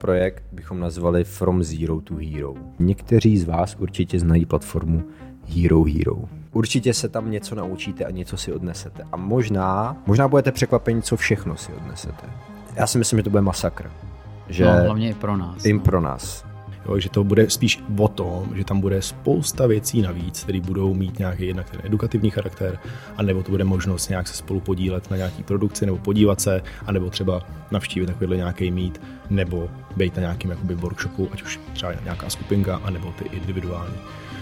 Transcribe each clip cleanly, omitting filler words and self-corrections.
projekt bychom nazvali From Zero to Hero. Někteří z vás určitě znají platformu Hero Hero. Určitě se tam něco naučíte a něco si odnesete. A možná budete překvapeni, co všechno si odnesete. Já si myslím, že to bude masakr. Že hlavně i pro nás. Pro nás. Jo, že to bude spíš o tom, že tam bude spousta věcí navíc, které budou mít nějaký jednak ten edukativní charakter, anebo to bude možnost nějak se spolu podílet na nějaký produkci, nebo podívat se, anebo třeba navštívit takovýhle nějaký meet, nebo být na nějakém jakoby workshopu, ať už třeba nějaká skupinka, anebo ty individuální.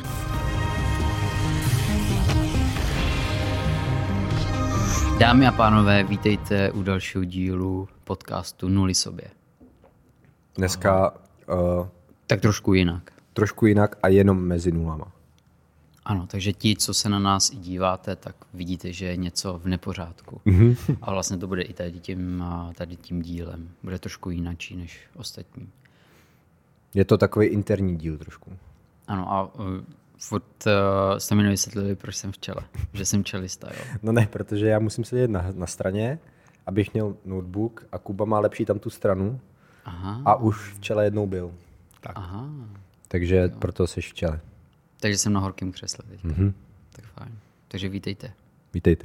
Dámy a pánové, vítejte u dalšího dílu podcastu Nuly sobě. Dneska tak trošku jinak. Trošku jinak a jenom mezi nulama. Ano, takže ti, co se na nás i díváte, tak vidíte, že je něco v nepořádku. A vlastně to bude i tady tím dílem. Bude trošku jinačí než ostatní. Je to takový interní díl trošku. Ano a furt jste mi nevysvětlili, proč jsem v čele. Že jsem čelista, jo? No ne, protože já musím sedět na straně, abych měl notebook a Kuba má lepší tam tu stranu. Aha. A už v čele jednou byl. Tak. Aha. Takže proto jsi v čele. Takže jsem na horkém křesle teď. Tak fajn. Takže vítejte. Vítejte.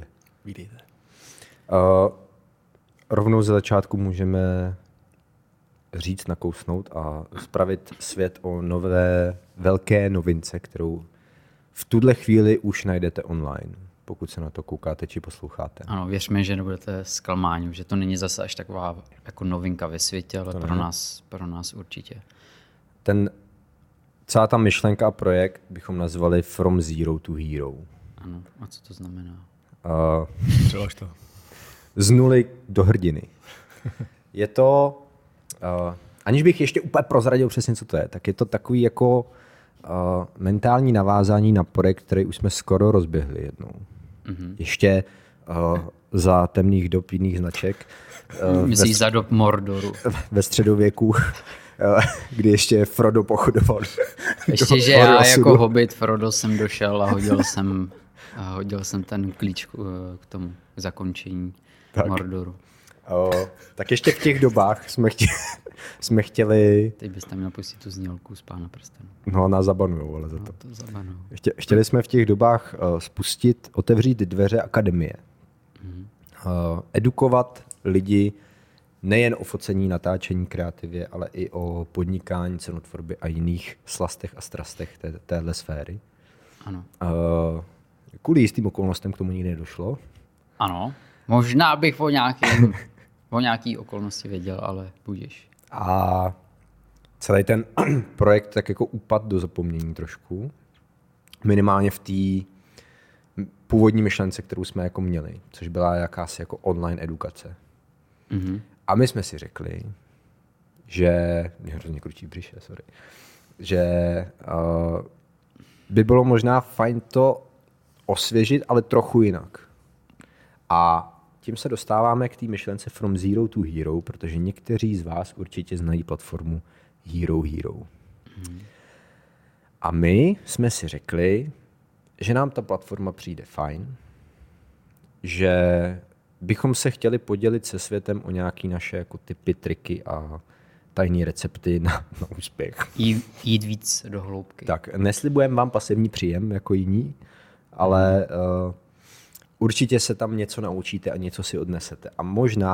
Rovnou ze začátku můžeme říct, nakousnout a spravit svět o nové velké novince, kterou v tuhle chvíli už najdete online, pokud se na to koukáte či posloucháte. Ano, věřme, že nebudete zklamáni, že to není zase až taková jako novinka ve světě, ale pro nás určitě. Celá ta myšlenka a projekt bychom nazvali From Zero to Hero. Ano, a co to znamená? Přelož to. Z nuly do hrdiny. Je to, aniž bych ještě úplně prozradil přesně, co to je, tak je to takový jako mentální navázání na projekt, který už jsme skoro rozběhli jednou. Ještě za temných dob jiných značek. Myslíš za dob Mordoru? Ve středověku, kdy ještě Frodo pochodoval. Ještě, že já jako hobbit Frodo jsem došel a hodil jsem ten klíč k tomu zakončení Mordoru. Tak ještě v těch dobách jsme chtěli... Teď bys tam měl pustit tu znělku z Pána prstenů. No, nás zabanujou, ale za to. To zabanujou. Chtěli jsme v těch dobách otevřít dveře akademie. Edukovat lidi nejen o focení, natáčení, kreativě, ale i o podnikání, cenotvorbě a jiných slastech a strastech téhle sféry. Ano. Kvůli jistým okolnostem k tomu nikdy nedošlo. Ano. Možná bych o nějaký okolnosti věděl, ale budeš. A celý ten projekt tak jako upadl do zapomnění trošku. Minimálně v té původní myšlence, kterou jsme jako měli, což byla jakási jako online edukace. A my jsme si řekli, že mě hrozně kručí břiše, že by bylo možná fajn to osvěžit, ale trochu jinak. A tím se dostáváme k té myšlence From Zero to Hero, protože někteří z vás určitě znají platformu Hero Hero. A my jsme si řekli, že nám ta platforma přijde fajn, že bychom se chtěli podělit se světem o nějaké naše jako typy, triky a tajné recepty na úspěch. Jít víc do hloubky. Tak, neslibujeme vám pasivní příjem jako jiní, ale určitě se tam něco naučíte a něco si odnesete. A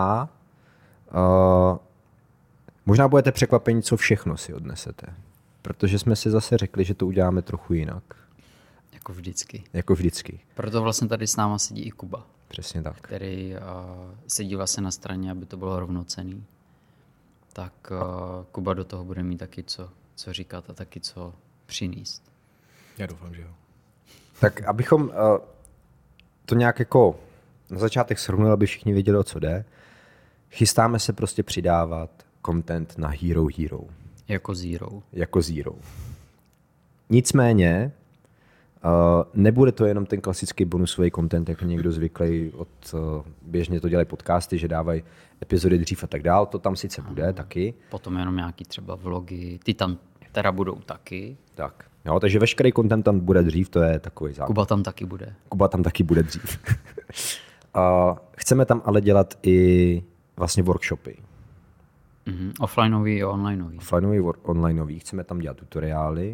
možná budete překvapeni, co všechno si odnesete. Protože jsme si zase řekli, že to uděláme trochu jinak. Jako vždycky. Proto vlastně tady s náma sedí i Kuba. Přesně tak. Který sedí vlastně na straně, aby to bylo rovnocenný. Tak Kuba do toho bude mít taky co říkat a taky co přinést. Já doufám, že jo. Tak abychom to nějak jako na začátek shrnuli, aby všichni věděli, o co jde, chystáme se prostě přidávat content na Hero Hero. Jako Zero. Nicméně nebude to jenom ten klasický bonusový content, jako někdo zvyklý běžně to dělají podcasty, že dávají epizody dřív a tak dál, to tam sice bude taky. Potom jenom nějaký třeba vlogy, ty tam teda budou taky. Tak, jo, takže veškerý content tam bude dřív, to je takový základ. Kuba tam taky bude dřív. Chceme tam ale dělat i vlastně workshopy. Offlineový i onlineový. Offlineový, onlineový. Chceme tam dělat tutoriály.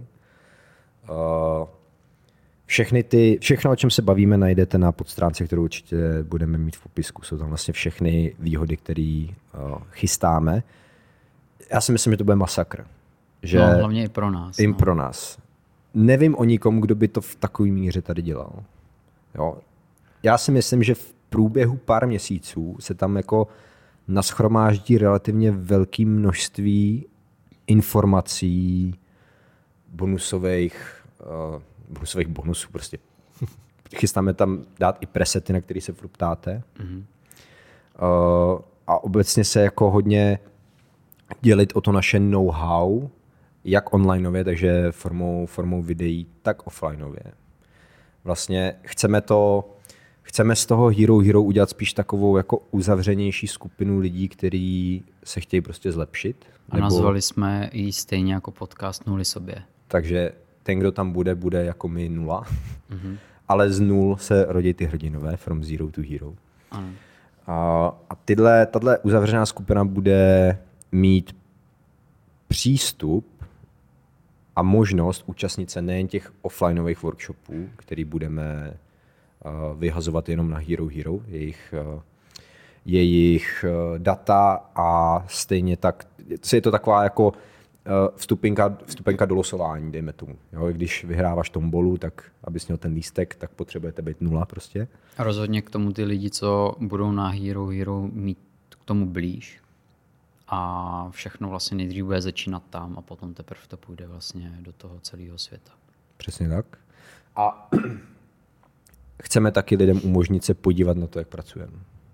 Všechno, o čem se bavíme, najdete na podstránce, kterou určitě budeme mít v popisku. Jsou tam vlastně všechny výhody, které chystáme. Já si myslím, že to bude masakr. Že hlavně i pro nás. Pro nás. Nevím o nikom, kdo by to v takové míře tady dělal. Jo. Já si myslím, že v průběhu pár měsíců se tam jako nashromáždí relativně velké množství informací, bonusových bonusů prostě. Chystáme tam dát i presety, na které se furt ptáte. A obecně se jako hodně dělit o to naše know-how, jak onlineově, takže formou videí, tak offlineově. Vlastně chceme z toho Hero udělat spíš takovou jako uzavřenější skupinu lidí, kteří se chtějí prostě zlepšit. A nazvali jsme ji stejně jako podcast Nuly sobě. Takže ten, kdo tam bude jako my 0, ale z 0 se rodí ty hrdinové, from zero to hero. Ano. A tahle uzavřená skupina bude mít přístup a možnost účastnit se nejen těch offlineových workshopů, který budeme vyhazovat jenom na Hero, jejich data a stejně tak, je to taková jako vstupenka do losování, dejme tomu. Jo, když vyhráváš tombolu, tak abys měl ten lístek, tak potřebujete být 0 prostě. A rozhodně k tomu ty lidi, co budou na Hero mít k tomu blíž a všechno vlastně nejdřív bude začínat tam a potom teprve to půjde vlastně do toho celého světa. Přesně tak. A chceme taky lidem umožnit se podívat na to, jak pracujeme.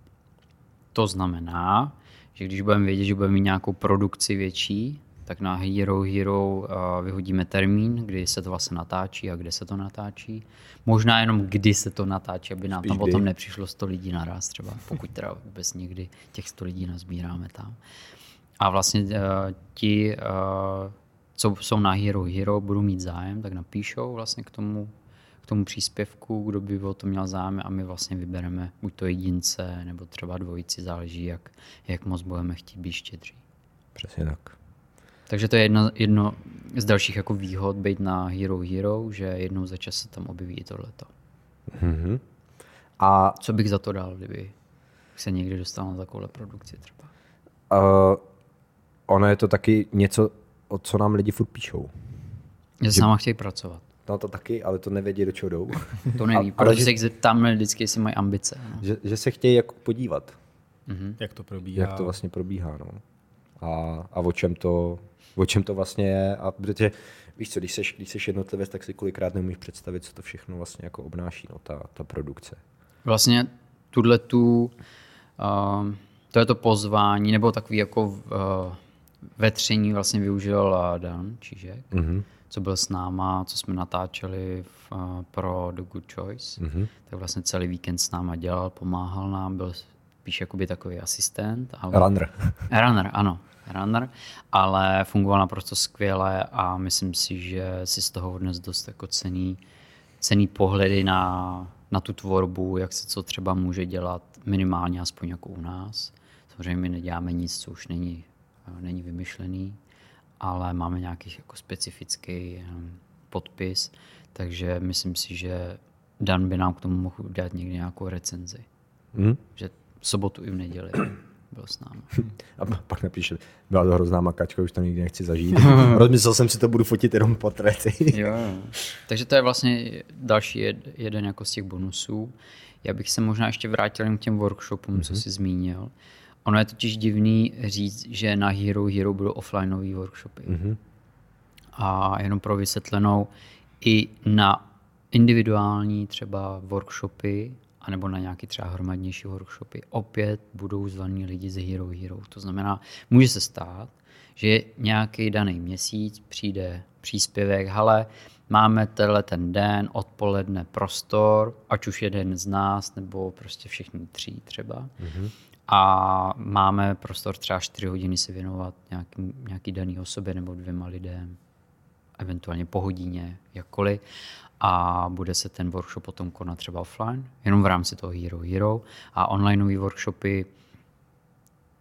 To znamená, že když budeme vědět, že budeme mít nějakou produkci větší, tak na Hero vyhodíme termín, kdy se to vlastně natáčí a kde se to natáčí. Možná jenom kdy se to natáčí, aby nám tam potom nepřišlo 100 lidí naraz třeba, pokud teda vůbec někdy těch 100 lidí nazbíráme tam. A vlastně ti, co jsou na Hero, budou mít zájem, tak napíšou vlastně k tomu příspěvku, kdo by o to měl zájem a my vlastně vybereme buď to jedince, nebo třeba dvojici, záleží, jak moc budeme chtít být štědří. Přesně tak. Takže to je jedno z dalších jako výhod být na Hero, že jednou za čas se tam objeví i tohleto. Mm-hmm. A co bych za to dal, kdyby se někdy dostal na takovouhle produkci třeba? Ono je to taky něco, o co nám lidi furt píšou. Že s náma chtějí pracovat. No to taky, ale to nevědí, do čeho jdou. To neví, protože se jich zeptáme vždycky, jestli mají ambice. No. Že se chtějí jako podívat. Mm-hmm. Jak to probíhá. Jak to vlastně probíhá, no. A o čem to vlastně je. A protože, víš co, když seš jednotlivec, tak si kolikrát nemůžeš představit, co to všechno vlastně jako obnáší, no, ta produkce. Vlastně to je to pozvání, nebo takový jako vetření vlastně využil Dan Čížek, co byl s náma, co jsme natáčeli pro The Good Choice. Tak vlastně celý víkend s náma dělal, pomáhal nám, byl spíš jakoby takový asistent. Ale... Runner, ano. Runner, ale fungoval naprosto skvěle a myslím si, že si z toho odnes dost jako cený pohledy na tu tvorbu, jak se co třeba může dělat minimálně aspoň jako u nás. Samozřejmě my neděláme nic, co už není vymyšlený, ale máme nějaký jako specifický podpis, takže myslím si, že Dan by nám k tomu mohl dát někdy nějakou recenzi. Že v sobotu i v neděli byl s námi. A pak napíše, byla to hrozná makačka, už to nikdy nechci zažít. Rozmyslel jsem si to, budu fotit jenom portréty. Jo. Takže to je vlastně další jeden jako z těch bonusů. Já bych se možná ještě vrátil k těm workshopům, co jsi zmínil. Ono je totiž divný říct, že na Hero budou offlineový workshopy. A jenom pro vysvětlenou, i na individuální třeba workshopy anebo na nějaký třeba hromadnější workshopy, opět budou zvaní lidi z Hero. To znamená, může se stát, že nějaký daný měsíc přijde příspěvek, hele, máme ten den, odpoledne prostor, ať už jeden z nás, nebo prostě všichni 3 třeba. A máme prostor třeba 4 hodiny se věnovat nějaký daný osobě nebo 2 lidem, eventuálně po hodině, jakkoliv. A bude se ten workshop potom konat třeba offline, jenom v rámci toho Hero. A onlineové workshopy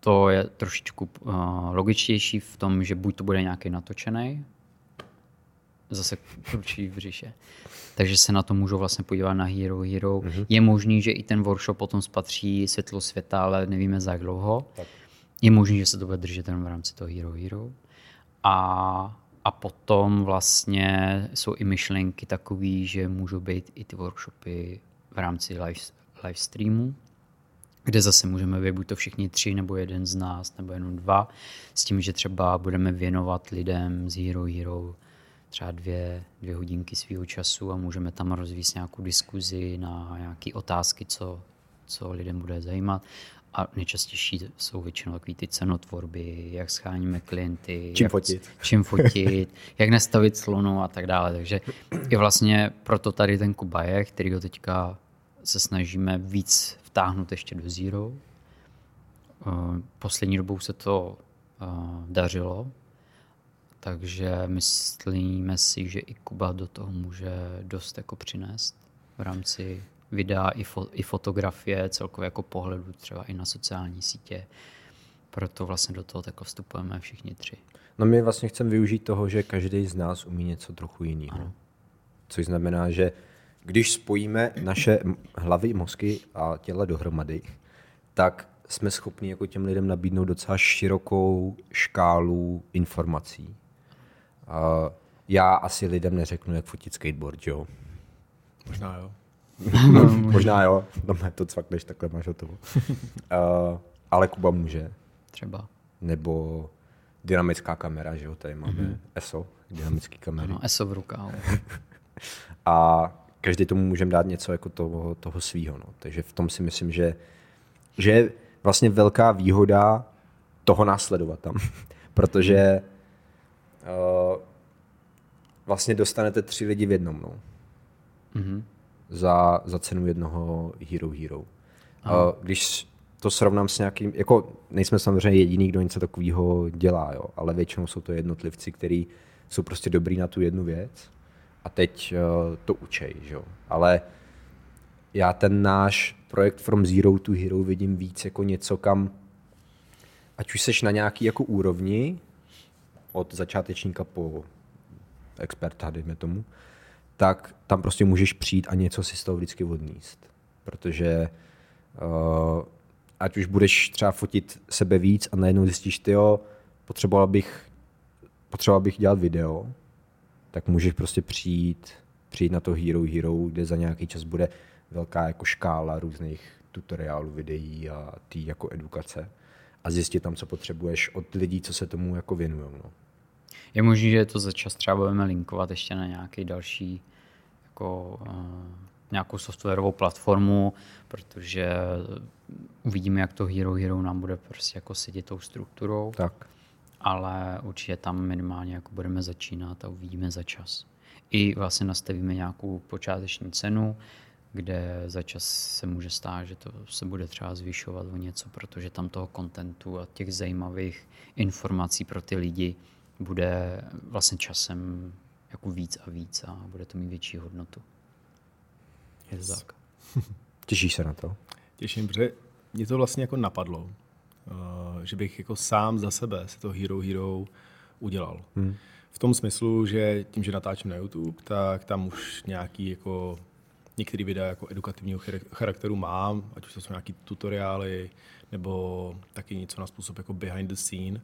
to je trošičku logičtější v tom, že buď to bude nějaký natočený, zase kručí v břiše. Takže se na to můžou vlastně podívat na Hero Hero. Je možný, že i ten workshop potom spatří světlo světa, ale nevíme za jak dlouho. Tak. Je možný, že se to bude držet jenom v rámci toho Hero Hero. A potom vlastně jsou i myšlenky takový, že můžou být i ty workshopy v rámci live streamu, kde zase můžeme být buď to všichni 3, nebo jeden z nás, nebo jenom 2, s tím, že třeba budeme věnovat lidem z Hero Hero třeba 2 hodinky svého času a můžeme tam rozvíjet nějakou diskuzi na nějaké otázky, co lidem bude zajímat. A nejčastější jsou většinou takový ty cenotvorby, jak scháníme klienty, čím fotit, jak nastavit slonu a tak dále. Takže je vlastně proto tady ten Kuba je, kterýho teďka se snažíme víc vtáhnout ještě do Zero. Poslední dobou se to dařilo, takže myslíme si, že i Kuba do toho může dost jako přinést v rámci videa i fotografie, celkově jako pohledu třeba i na sociální sítě. Proto vlastně do toho takhle vstupujeme všichni 3. No my vlastně chceme využít toho, že každý z nás umí něco trochu jiného. Což znamená, že když spojíme naše hlavy, mozky a těla dohromady, tak jsme schopni jako těm lidem nabídnout docela širokou škálu informací. Já asi lidem neřeknu, jak fotit skateboard, jo? Možná jo. Možná jo, no to cvakneš, takhle máš hotovo. Ale Kuba může. Třeba. Nebo dynamická kamera, že jo, tady máme ESO, dynamický kamery. Ano, ESO v rukou. A každý tomu můžeme dát něco jako toho svýho, no. Takže v tom si myslím, že je vlastně velká výhoda toho následovat tam. Protože vlastně dostanete 3 lidi v jednom, no. Za cenu jednoho Hero Hero. Když to srovnám s nějakým, jako nejsme samozřejmě jediný, kdo něco takového dělá, jo, ale většinou jsou to jednotlivci, kteří jsou prostě dobrý na tu jednu věc a teď to učej, že jo. Ale já ten náš projekt From Zero to Hero vidím víc jako něco, kam ať už seš na nějaký jako úrovni, od začátečníka po experta, dejme tomu, tak tam prostě můžeš přijít a něco si z toho vždycky odníst. Protože ať už budeš třeba fotit sebe víc a najednou zjistíš, tyjo, potřeboval bych dělat video, tak můžeš prostě přijít na to Hero Hero, kde za nějaký čas bude velká jako škála různých tutoriálů, videí a tý jako edukace a zjistit tam, co potřebuješ od lidí, co se tomu jako věnujou. No. Je možné, že to za čas třeba budeme linkovat ještě na nějaký další jako, nějakou softwarovou platformu, protože uvidíme, jak to Hero Hero nám bude prostě jako sedět tou strukturou. Tak. Ale určitě tam minimálně jako budeme začínat a uvidíme za čas. I vlastně nastavíme nějakou počáteční cenu, kde za čas se může stát, že to se bude třeba zvyšovat o něco, protože tam toho kontentu a těch zajímavých informací pro ty lidi bude vlastně časem jako víc a víc a bude to mít větší hodnotu. Je to tak. Těšíš se na to? Těším, protože mě to vlastně jako napadlo, že bych jako sám za sebe si to Hero Hero udělal. V tom smyslu, že tím, že natáčím na YouTube, tak tam už nějaký jako některé videa jako edukativního charakteru mám, ať už to jsou nějaký tutoriály, nebo taky něco na způsob jako behind the scene.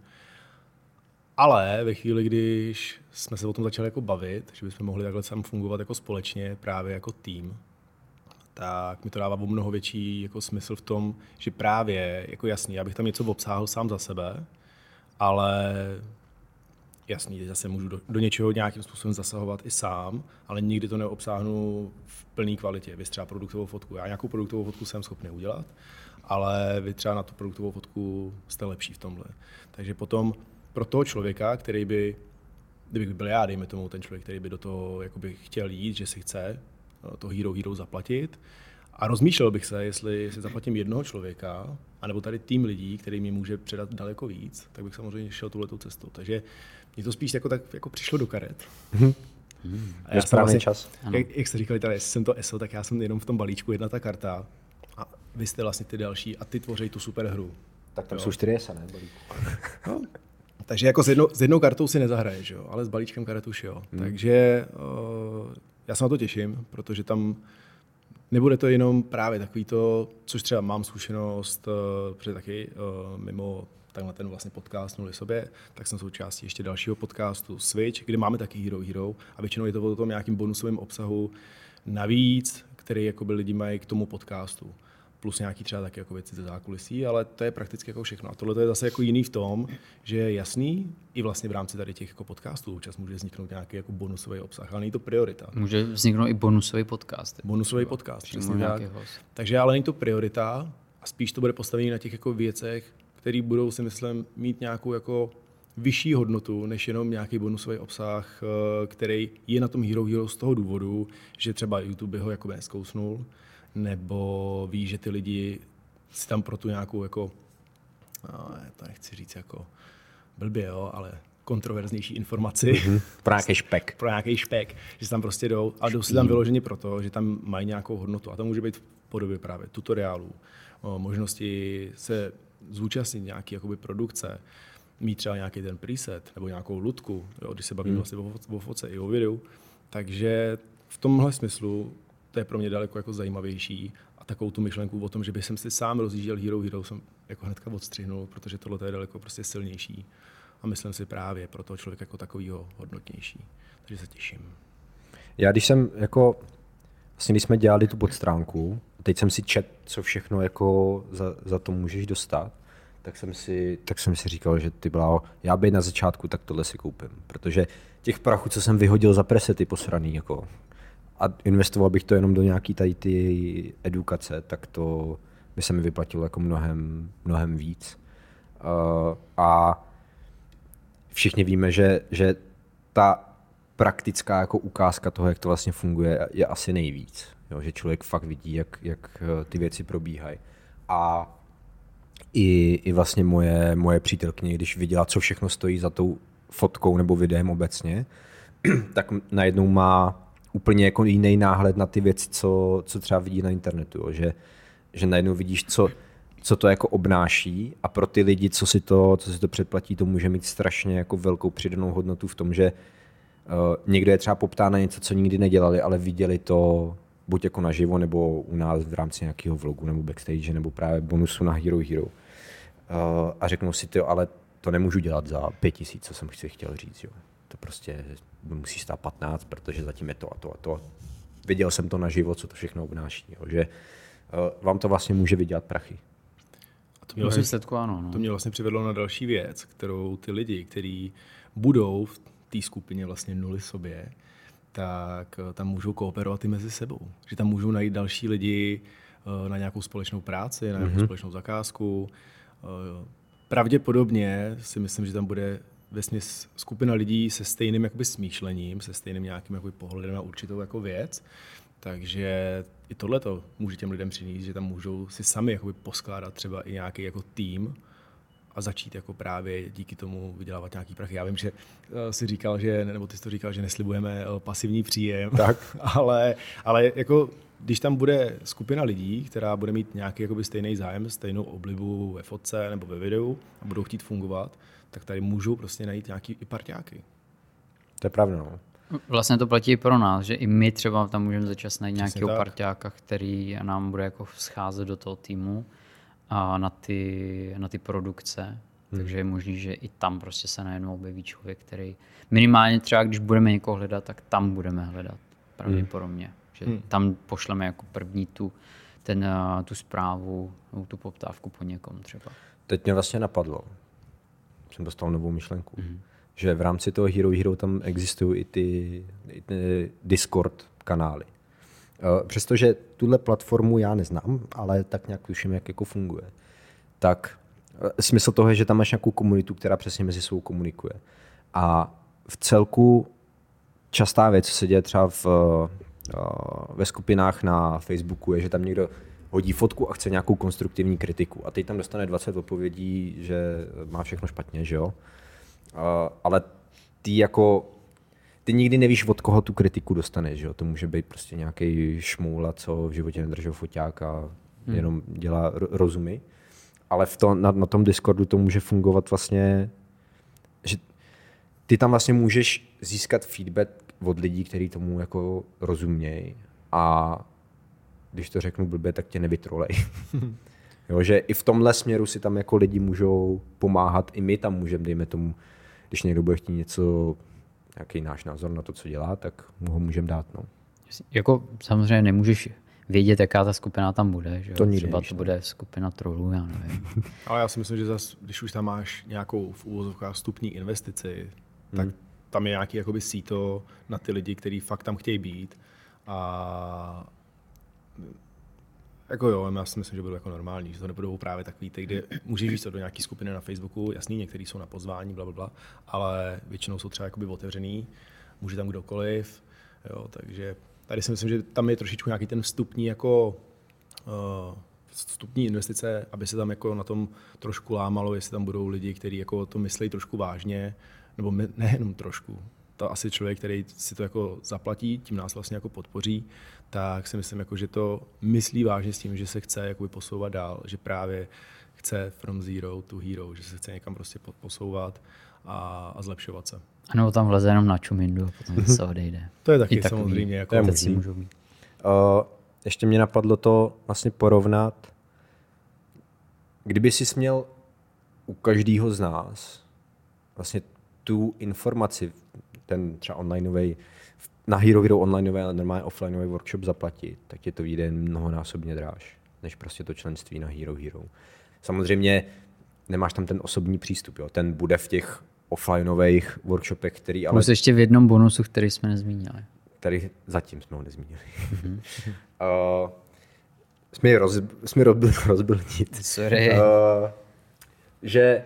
Ale ve chvíli, když jsme se o tom začali jako bavit, že bychom mohli takhle sami fungovat jako společně, právě jako tým, tak mi to dává o mnoho větší jako smysl v tom, že právě, jako jasný, já bych tam něco obsáhl sám za sebe, ale jasný, teď zase můžu do něčeho nějakým způsobem zasahovat i sám, ale nikdy to neobsáhnu v plné kvalitě. Vy třeba produktovou fotku. Já nějakou produktovou fotku jsem schopný udělat, ale vy třeba na tu produktovou fotku jste lepší v tomhle. Takže potom pro toho člověka, který by, kdybych byl já, dejme tomu ten člověk, který by do toho jakoby chtěl jít, že si chce to Hero Hero zaplatit, a rozmýšlel bych se, jestli zaplatím jednoho člověka, anebo tady tým lidí, který mi může předat daleko víc, tak bych samozřejmě šel tuhletou cestou. Takže mně to spíš jako tak jako přišlo do karet. A já správný vlastně, čas. Jak jste říkali, tady, jestli jsem to ESO, tak já jsem jenom v tom balíčku jedna ta karta a vy jste vlastně ty další a ty tvoří tu super hru. Tak tam jsou 4 jesa, ne? No. Takže jako s jednou kartou si nezahraješ, jo? Ale s balíčkem karet už jo. Takže já se na to těším, protože tam nebude to jenom právě takový to, což třeba mám zkušenost, protože taky mimo takhle ten vlastně podcast Nuly sobě, tak jsem součástí ještě dalšího podcastu Switch, kde máme taky Hero Hero a většinou je to o tom nějakým bonusovém obsahu navíc, který jakoby lidi mají k tomu podcastu. Plus nějaký třeba taky jako věci ze zákulisí, ale to je prakticky jako všechno. A tohle je zase jako jiný v tom, že je jasný, i vlastně v rámci tady těch jako podcastů občas může vzniknout nějaký jako bonusový obsah, ale není to priorita. Může vzniknout i bonusový podcast. Bonusový podcast, přesně tak. Takže ale není to priorita a spíš to bude postavené na těch jako věcech, které budou si myslím mít nějakou jako vyšší hodnotu, než jenom nějaký bonusový obsah, který je na tom Hero Hero z toho důvodu, že třeba YouTube ho jako nezkousnul, nebo ví, že ty lidi si tam pro tu nějakou jako, to nechci říct jako blbě, jo, ale kontroverznější informaci. Pro nějaký špek. Pro nějaký špek, že si tam prostě jdou a jdou si tam vyloženě proto, že tam mají nějakou hodnotu. A to může být v podobě právě tutoriálů, možnosti se zúčastnit nějaký jakoby produkce, mít třeba nějaký ten preset nebo nějakou lutku, jo, když se bavíme vlastně o fotce i o videu. Takže v tomhle smyslu to je pro mě daleko jako zajímavější a takovou tu myšlenku o tom, že bych si sám rozjížděl Hero Hero, jsem jako hnedka odstřihnul, protože tohle je daleko prostě silnější a myslím si právě pro toho člověka jako takovýho hodnotnější. Takže se těším. Já když jsem jako, vlastně když jsme dělali tu podstránku, teď jsem si čet, co všechno jako za to můžeš dostat, tak jsem si říkal, že ty bláho, já bych na začátku, tak tohle si koupím, protože těch prachů, co jsem vyhodil za presety posraný, jako a investoval bych to jenom do nějaký tady ty edukace, tak to by se mi vyplatilo jako mnohem víc. A všichni víme, že ta praktická jako ukázka toho, jak to vlastně funguje, je asi nejvíc. Jo, že člověk fakt vidí, jak ty věci probíhají. A i vlastně moje přítelkyně, když viděla, co všechno stojí za tou fotkou nebo videem obecně, tak najednou má úplně jako jiný náhled na ty věci, co třeba vidí na internetu. Jo. Že najednou vidíš, co to jako obnáší a pro ty lidi, co si to předplatí, to může mít strašně jako velkou přidanou hodnotu v tom, že někdo je třeba poptá na něco, co nikdy nedělali, ale viděli to buď jako naživo, nebo u nás v rámci nějakého vlogu, nebo backstage, nebo právě bonusu na Hero Hero. A řeknou si to, ale to nemůžu dělat za 5 000, co jsem si chtěl říct. Jo. To prostě musí stát 15, protože zatím je to a to a to. Viděl jsem to naživo, co to všechno obnáší. Jo. Že vám to vlastně může vydělat prachy. A to mě vlastně, to mě vlastně přivedlo na další věc, kterou ty lidi, kteří budou v té skupině vlastně Nuly sobě, tak tam můžou kooperovat i mezi sebou. Že tam můžou najít další lidi na nějakou společnou práci, na nějakou společnou zakázku. Pravděpodobně si myslím, že tam bude vesměs skupina lidí se stejným jakoby smýšlením, se stejným nějakým jakoby pohledem na určitou jako věc. Takže i tohleto může těm lidem přinést, že tam můžou si sami jakoby poskládat třeba i nějaký jako tým a začít jako právě díky tomu vydělávat nějaký prachy. Já vím, že si říkal, nebo ty jsi to říkal, že neslibujeme pasivní příjem, tak. ale jako když tam bude skupina lidí, která bude mít nějaký jakoby stejný zájem, stejnou oblibu ve fotce nebo ve videu a budou chtít fungovat, tak tady můžou prostě najít nějaký i parťáky. To je pravda, no. Vlastně to platí i pro nás, že i my třeba tam můžeme začas najít nějakého parťáka, který nám bude jako scházet do toho týmu a na ty produkce. Takže je možný, že i tam prostě se najednou objeví člověk, který minimálně třeba, když budeme někoho hledat, tak tam budeme hledat pravděpodobně. Že tam pošleme jako první tu zprávu, tu poptávku po někom třeba. Teď mě vlastně napadlo, jsem dostal novou myšlenku, že v rámci toho Hero Hero tam existují i ty Discord kanály. Přestože tuhle platformu já neznám, ale tak nějak tuším, jak jako funguje. Tak smysl toho je, že tam máš nějakou komunitu, která přesně mezi sebou komunikuje. A v celku častá věc, co se děje třeba ve skupinách na Facebooku, je, že tam někdo hodí fotku a chce nějakou konstruktivní kritiku. A teď tam dostane 20 odpovědí, že má všechno špatně, že jo? Ale ty nikdy nevíš, od koho tu kritiku dostaneš, že jo? To může být prostě nějaký šmoula, co v životě nedržel foťák a jenom dělá rozumy. ale na tom Discordu to může fungovat vlastně, že ty tam vlastně můžeš získat feedback od lidí, kteří tomu jako rozumějí a když to řeknu blbě, tak tě nevytrolej. Jo, že i v tomhle směru si tam jako lidi můžou pomáhat, i my tam můžeme, dejme tomu, když někdo bude chtít něco, nějaký náš názor na to, co dělá, tak mu ho můžeme dát. No. Jako samozřejmě nemůžeš vědět, jaká ta skupina tam bude. Že? To třeba to bude skupina trolů, já nevím. Ale já si myslím, že zas, když už tam máš nějakou v úvozovkách vstupní investici, tak tam je nějaký jakoby síto na ty lidi, kteří fakt tam chtějí být. A jako jo, já si myslím, že bylo jako normální, že to nebudou právě takový, kde můžeš víc do nějaký skupiny na Facebooku, jasný, některý jsou na pozvání, blablabla, ale většinou jsou třeba jakoby otevřený, může tam kdokoliv, jo, takže tady si myslím, že tam je trošičku nějaký ten vstupní jako vstupní investice, aby se tam jako na tom trošku lámalo, jestli tam budou lidi, kteří jako to myslejí trošku vážně, nebo nejenom trošku. To asi člověk, který si to jako zaplatí, tím nás vlastně jako podpoří, tak si myslím, jako, že to myslí vážně s tím, že se chce jakoby posouvat dál, že právě chce from zero to hero, že se chce někam prostě posouvat a zlepšovat se. Ano, tam vleze jenom na čumindu a potom se odejde. To je taky samozřejmě. Jako můžou být. Ještě mě napadlo to vlastně porovnat, kdyby jsi směl u každého z nás vlastně tu informaci, ten třeba onlineový, na Hero Hero onlineový, ale normálně offlineový workshop zaplatit, tak je to vyjde mnohonásobně dráž, než prostě to členství na Hero Hero. Samozřejmě nemáš tam ten osobní přístup, jo? Ten bude v těch offlineových workshopech, který ale... Plus ještě v jednom bonusu, který jsme nezmínili. Tady zatím jsme ho nezmínili. Mm-hmm. Jsme rozbilnit. Sorry. Že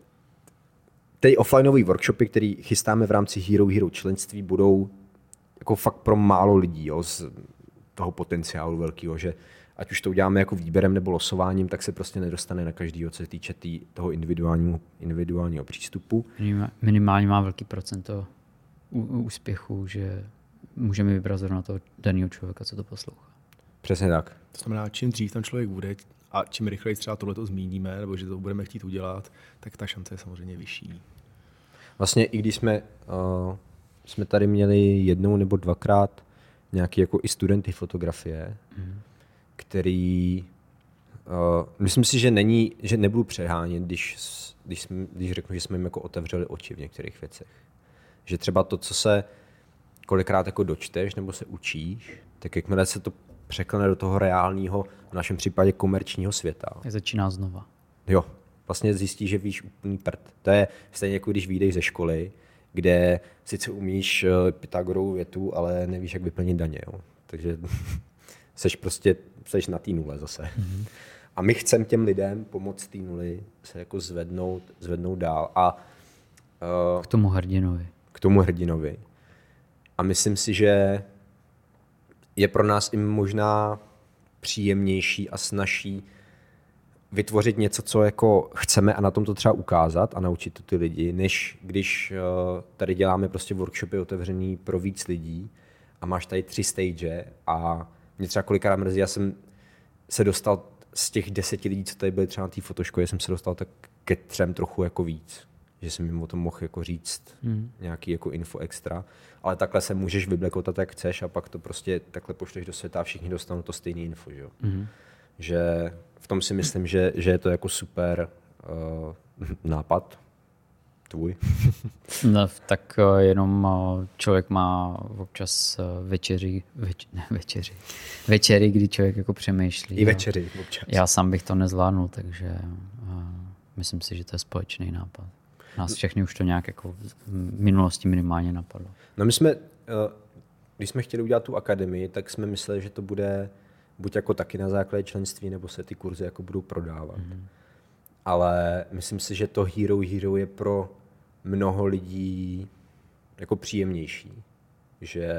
ty offlineové workshopy, které chystáme v rámci Hero Hero členství, budou jako fakt pro málo lidí, jo, z toho potenciálu velkého, že ať už to uděláme jako výběrem nebo losováním, tak se prostě nedostane na každýho, co se týče toho individuálního přístupu. Minimálně má velký procento úspěchu, že můžeme vybrat zrovna toho daného člověka, co to poslouchá. Přesně tak. To znamená, čím dřív tam člověk bude a čím rychleji třeba tohleto zmíníme, nebo že to budeme chtít udělat, tak ta šance je samozřejmě vyšší. Vlastně i když jsme tady měli jednou nebo dvakrát nějaký jako i studenty fotografie, který myslím si, že nebudu přehánět, když řeknu, že jsme jim jako otevřeli oči v některých věcech. Že třeba to, co se kolikrát jako dočteš nebo se učíš, tak jakmile se to překlene do toho reálního, v našem případě komerčního světa. Tak začíná znova. Jo, vlastně zjistíš, že víš úplný prd. To je stejně jako když vyjdeš ze školy, kde sice umíš Pythagorovu větu, ale nevíš, jak vyplnit daně. Jo. Takže seš na té nule zase. Mm-hmm. A my chceme těm lidem pomoct té nuly se jako zvednout dál. A k tomu hrdinovi. A myslím si, že je pro nás i možná příjemnější a snazší vytvořit něco, co jako chceme a na tom to třeba ukázat a naučit to ty lidi, než když tady děláme prostě workshopy otevřený pro víc lidí a máš tady 3 stage a mě třeba kolikrát mrzí, já jsem se dostal z těch 10 lidí, co tady byli třeba na té fotoškole, jsem se dostal tak ke 3 trochu jako víc, že jsem jim o tom mohl jako říct nějaký jako info extra, ale takhle se můžeš vyblekotat, jak chceš a pak to prostě takhle pošleš do světa a všichni dostanou to stejné info, že jo. Že v tom si myslím, že je to jako super nápad tvůj. No, tak jenom člověk má občas večery, kdy člověk jako přemýšlí. I večeři občas. Já sám bych to nezvládnul, takže myslím si, že to je společný nápad. Nás všechny už to nějak jako v minulosti minimálně napadlo. No my když jsme chtěli udělat tu akademii, tak jsme mysleli, že to bude buď jako taky na základě členství, nebo se ty kurzy jako budou prodávat. Ale myslím si, že to Hero Hero je pro mnoho lidí jako příjemnější. Že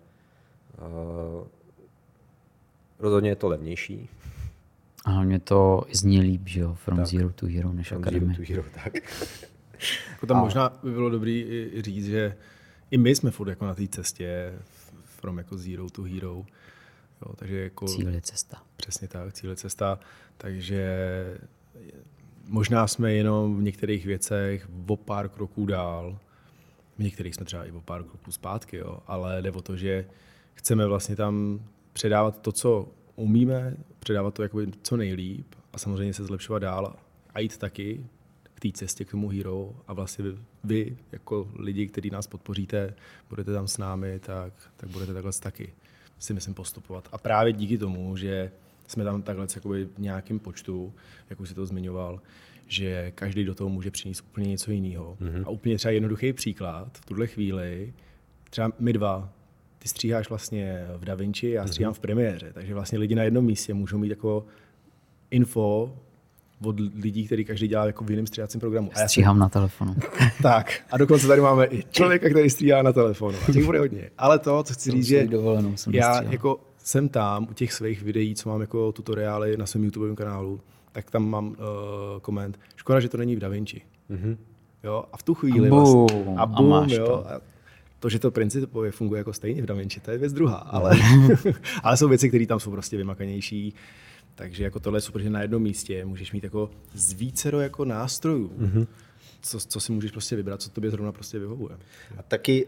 rozhodně je to levnější. A hlavně to zní líp, že jo? From Zero to Hero než Academy. Zero to Hero, tak. Jako tam možná by bylo dobrý i říct, že i my jsme furt jako na té cestě from jako Zero to Hero. Jo, takže jako cíl je cesta. Přesně tak, cíl je cesta. Takže možná jsme jenom v některých věcech o pár kroků dál, v některých jsme třeba i o pár kroků zpátky, jo, ale jde o to, že chceme vlastně tam předávat to, co umíme, předávat to jakoby co nejlíp a samozřejmě se zlepšovat dál a jít taky k té cestě k tomu Hero a vlastně vy jako lidi, kteří nás podpoříte, budete tam s námi, tak budete takhle taky si myslím postupovat. A právě díky tomu, že jsme tam takhle jakoby v nějakém počtu, jak už si to zmiňoval, že každý do toho může přinést úplně něco jiného. A úplně třeba jednoduchý příklad, v tuhle chvíli, třeba my dva, ty stříháš vlastně v DaVinci, já stříhám v Premiéře, takže vlastně lidi na jednom místě můžou mít jako info od lidí, který každý dělá jako v jiném stříhacím programu. Já stříhám na telefonu. Tak, a dokonce tady máme i člověka, který stříhá na telefonu. A těch bude hodně. Ale to, co chci říct, že já jako jsem tam u těch svých videí, co mám jako tutoriály na svém YouTubeovém kanálu, tak tam mám koment. Škoda, že to není v DaVinci. Jo, a v tu chvíli vlastně. A boom, jo. To, že to principově funguje jako stejně v DaVinci, to je věc druhá. Ale jsou věci, které tam jsou prostě vymakanější. Takže jako tohle je super, že na jednom místě můžeš mít jako z vícero jako nástrojů, co si můžeš prostě vybrat, co tobě zrovna prostě vyhovuje. A taky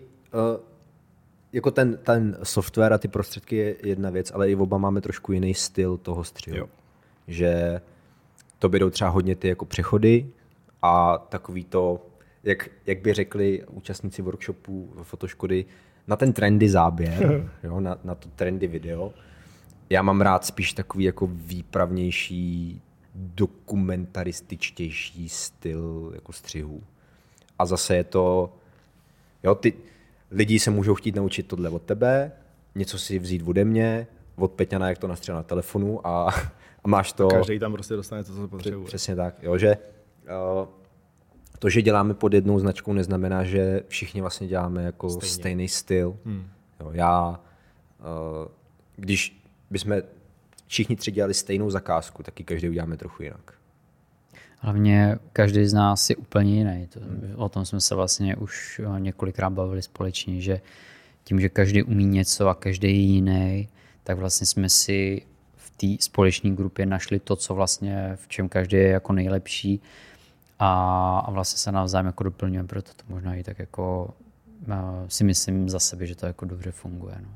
jako ten software a ty prostředky je jedna věc, ale i oba máme trošku jiný styl toho střihu. Jo. Že to jdou třeba hodně ty jako přechody a takový to, jak by řekli účastníci workshopu Fotoškody, na ten trendy záběr, jo, na to trendy video. Já mám rád spíš takový jako výpravnější, dokumentarističtější styl jako střihů. A zase je to, jo, ty lidi se můžou chtít naučit tohle od tebe, něco si vzít ode mě, od Peťana, jak to nastřihne na telefonu a máš to. Každý tam prostě dostane to, co potřebuje. Přesně tak, jo, že to, že děláme pod jednou značkou, neznamená, že všichni vlastně děláme jako stejný styl. Jo, já, když bychom všichni tři dělali stejnou zakázku, taky každý uděláme trochu jinak. Hlavně každý z nás je úplně jiný. O tom jsme se vlastně už několikrát bavili společně, že tím, že každý umí něco a každý je jiný, tak vlastně jsme si v té společné grupě našli to, co vlastně v čem každý je jako nejlepší a vlastně se navzájem jako doplňujeme, proto to možná i tak jako si myslím za sebe, že to jako dobře funguje. No.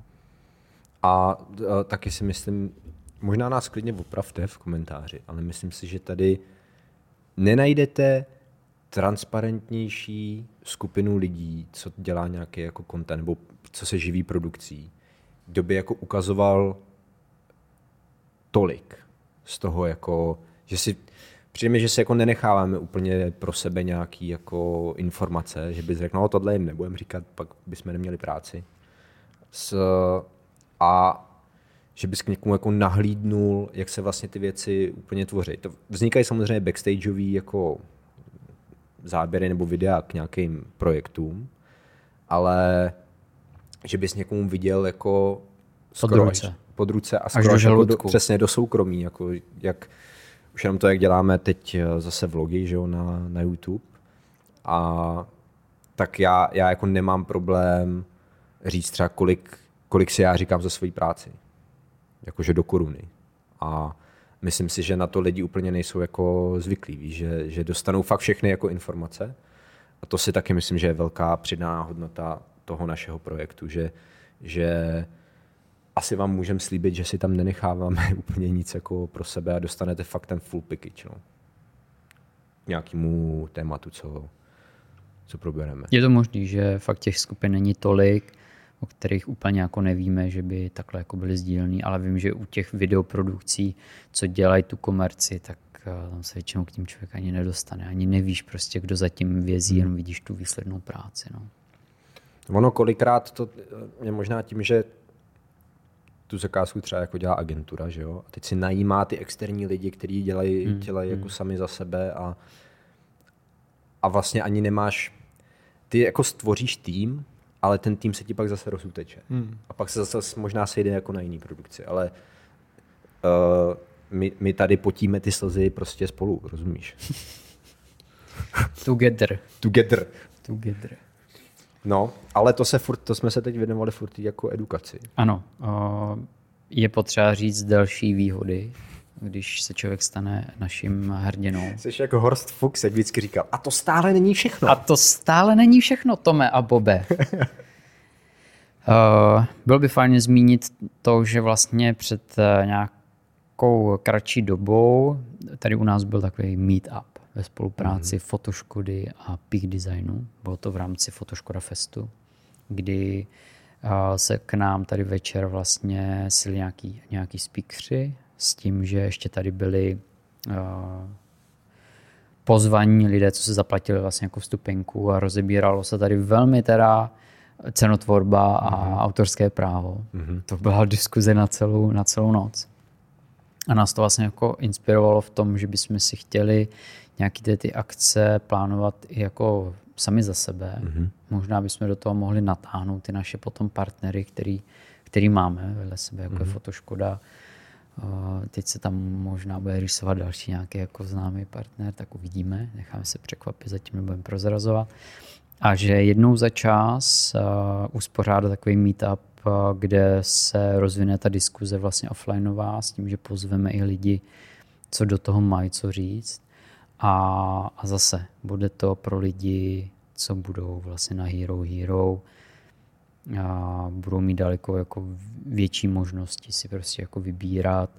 A taky si myslím, možná nás klidně opravte v komentáři, ale myslím si, že tady nenajdete transparentnější skupinu lidí, co dělá nějaký jako content, nebo co se živí produkcí, kdo by jako ukazoval tolik z toho, jako, že si přijde mi, že se jako nenecháváme úplně pro sebe nějaký jako informace, že bys řekl, no tohle jim nebudem říkat, pak bychom neměli práci. A že bys k někomu jako nahlídnul, jak se vlastně ty věci úplně tvoří. To vznikají samozřejmě backstageový jako záběry nebo videa k nějakým projektům, ale že bys někomu viděl jako pod ruce a skoro jako přesně do soukromí, jako jak už jenom to, jak děláme teď zase vlogy, že jo, na YouTube. A tak já jako nemám problém říct třeba kolik si já říkám za svoji práci. Jakože do koruny. A myslím si, že na to lidi úplně nejsou jako zvyklí, víš, že dostanou fakt všechny jako informace. A to si taky myslím, že je velká přidaná hodnota toho našeho projektu, že asi vám můžeme slíbit, že si tam nenecháváme úplně nic jako pro sebe a dostanete fakt ten full package. No. K nějakému tématu, co probereme. Je to možný, že fakt těch skupin není tolik, o kterých úplně jako nevíme, že by takhle jako byly sdílný, ale vím, že u těch videoprodukcí, co dělají tu komerci, tak tam se většinou k tím člověk ani nedostane. Ani nevíš prostě, kdo zatím vězí, jenom vidíš tu výslednou práci. No. Ono kolikrát to je možná tím, že tu zakázku třeba jako dělá agentura, že jo? A teď si najímá ty externí lidi, kteří dělají jako sami za sebe a vlastně ani nemáš, ty jako stvoříš tým, ale ten tým se ti pak zase rozuteče. A pak se zase možná sejde jako na jiný produkci, ale my tady potíme ty slzy prostě spolu, rozumíš? Together. No, ale to jsme se teď věnovali furt jako edukaci. Ano, je potřeba říct další výhody když se člověk stane naším hrdinou. Jsi jako Horst Fuchs, jak vždycky říkal, a to stále není všechno. A to stále není všechno, Tome a Bobe. Bylo by fajn zmínit to, že vlastně před nějakou kratší dobou tady u nás byl takový meetup ve spolupráci Fotoškody a Peak Designu. Bylo to v rámci Fotoškoda Festu, kdy se k nám tady večer vlastně sili nějaký speakeři s tím, že ještě tady byli pozvaní lidé, co se zaplatili vlastně jako vstupenku a rozebíralo se tady velmi teda cenotvorba a autorské právo. To byla diskuze na celou noc. A nás to vlastně jako inspirovalo v tom, že bychom si chtěli nějaké ty akce plánovat i jako sami za sebe. Možná bychom do toho mohli natáhnout ty naše potom partnery, který máme vedle sebe, jako je Fotoškoda. Teď se tam možná bude rysovat další nějaký jako známý partner, tak uvidíme. Necháme se překvapit, zatím nebudeme prozrazovat. A že jednou za čas uspořádat takový meetup, kde se rozvine ta diskuze vlastně offlineová s tím, že pozveme i lidi, co do toho mají co říct. A zase bude to pro lidi, co budou vlastně na Hero. A budou mít daleko jako větší možnosti si prostě jako vybírat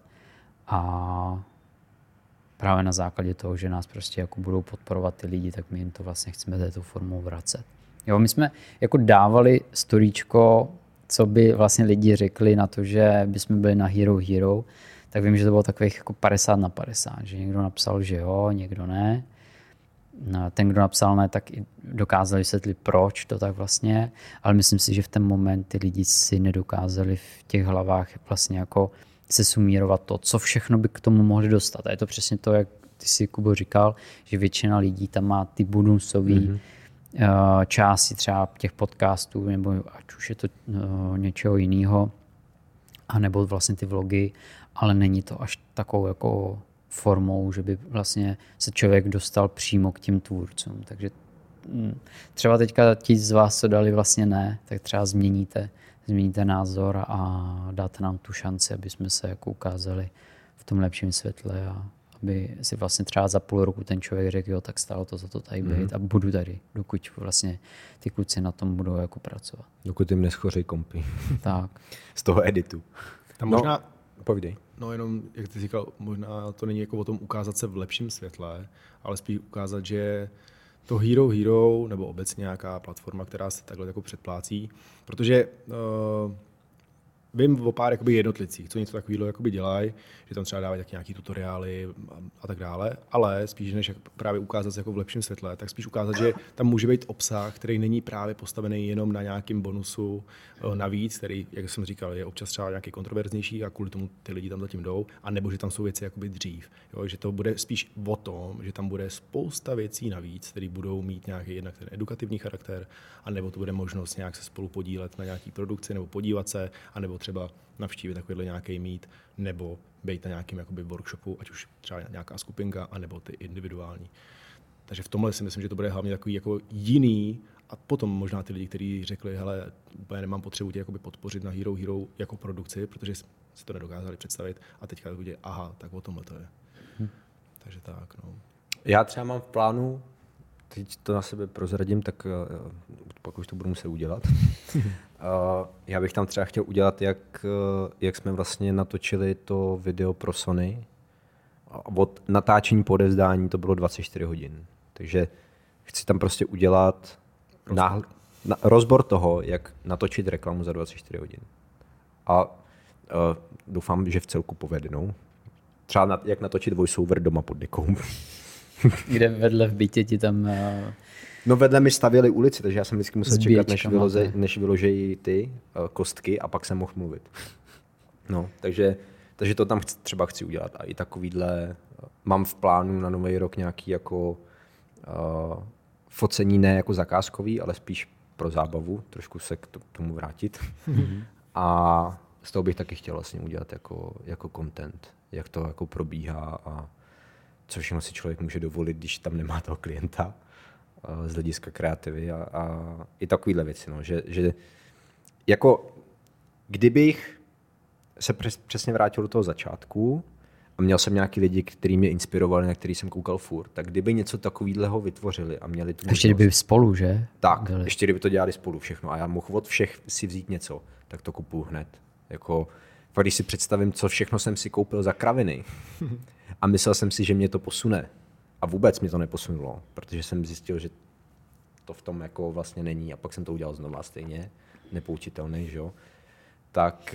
a právě na základě toho, že nás prostě jako budou podporovat ty lidi, tak my jim to vlastně chceme této formou vracet. Jo, my jsme jako dávali storíčko, co by vlastně lidi řekli na to, že bychom byli na Hero, tak vím, že to bylo takových jako 50/50, že někdo napsal, že jo, někdo ne. Ten, kdo napsal ne, tak i dokázal vysvětlit, proč to tak vlastně, ale myslím si, že v ten moment ty lidi si nedokázali v těch hlavách vlastně jako se sumírovat to, co všechno by k tomu mohli dostat. A je to přesně to, jak ty si, Kubo, říkal, že většina lidí tam má ty bonusové části třeba těch podcastů, nebo ať už je to něčeho jiného, anebo vlastně ty vlogy, ale není to až takovou jako formou, že by vlastně se člověk dostal přímo k těm tvůrcům. Takže třeba teďka ti z vás, co dali vlastně ne, tak třeba změníte názor a dáte nám tu šanci, aby jsme se jako ukázali v tom lepším světle a aby si vlastně třeba za půl roku ten člověk řekl, jo, tak stálo to za to tady být a budu tady, dokud vlastně ty kluci na tom budou jako pracovat. Dokud jim neschoří kompy. Tak. Z toho editu. Tam možná, povídej. No jenom, jak ty říkal, možná to není jako o tom ukázat se v lepším světle, ale spíš ukázat, že to Hero nebo obecně nějaká platforma, která se takhle jako předplácí, protože vím o pár jakoby jednotlivcích, co něco takového jakoby dělají, že tam třeba dávají taky nějaký tutoriály a tak dále, ale spíš než právě ukázat se jako v lepším světle, tak spíš ukázat, že tam může být obsah, který není právě postavený jenom na nějakým bonusu navíc, který, jak jsem říkal, je občas třeba nějaký kontroverznější a kvůli tomu ty lidi tam zatím jdou, a nebo že tam jsou věci jakoby dřív. Jo, že to bude spíš o tom, že tam bude spousta věcí navíc, které budou mít nějaký jednak ten edukativní charakter, a nebo to bude možnost nějak se spolu podílet na nějaký produkci nebo podívat se, a nebo třeba navštívit takovýhle nějaký meet, nebo být na nějakým jakoby workshopu, ať už třeba nějaká skupinka, anebo ty individuální. Takže v tomhle si myslím, že to bude hlavně takový jako jiný, a potom možná ty lidi, kteří řekli, hele, úplně nemám potřebu tě jakoby podpořit na Hero jako produkci, protože si to nedokázali představit, a teďka udělají, aha, tak o tomhle to je. Takže tak, no. Já třeba mám v plánu, teď to na sebe prozradím, tak pak už to budu muset udělat. Já bych tam třeba chtěl udělat, jak jsme vlastně natočili to video pro Sony. Od natáčení po odevzdání to bylo 24 hodin. Takže chci tam prostě udělat rozbor toho, jak natočit reklamu za 24 hodin. A doufám, že v celku povedenou. Třeba jak natočit voiceover doma pod dekou. Kde vedle v bytě ti tam... No vedle mi stavěli ulici, takže já jsem vždycky musel čekat, než vyložejí ty kostky, a pak jsem mohl mluvit. No, takže to tam třeba chci udělat. A i takovýhle, mám v plánu na nový rok nějaký jako focení, ne jako zakázkový, ale spíš pro zábavu, trošku se k tomu vrátit. A z toho bych taky chtěl vlastně udělat jako content, jak to jako probíhá a co všechno si člověk může dovolit, když tam nemá toho klienta z hlediska kreativy a i takovýhle věci. No. Že jako kdybych se přesně vrátil do toho začátku a měl jsem nějaký lidi, kteří mě inspirovali, na který jsem koukal furt, tak kdyby něco takového vytvořili a měli tu Ještě kdyby spolu, že? Tak, ještě kdyby to dělali spolu všechno a já mohl od všech si vzít něco, tak to kupuju hned. Jako, fakt, když si představím, co všechno jsem si koupil za kraviny a myslel jsem si, že mě to posune a vůbec mě to neposunulo, protože jsem zjistil, že to v tom jako vlastně není a pak jsem to udělal znova stejně, nepoučitelný, že jo, tak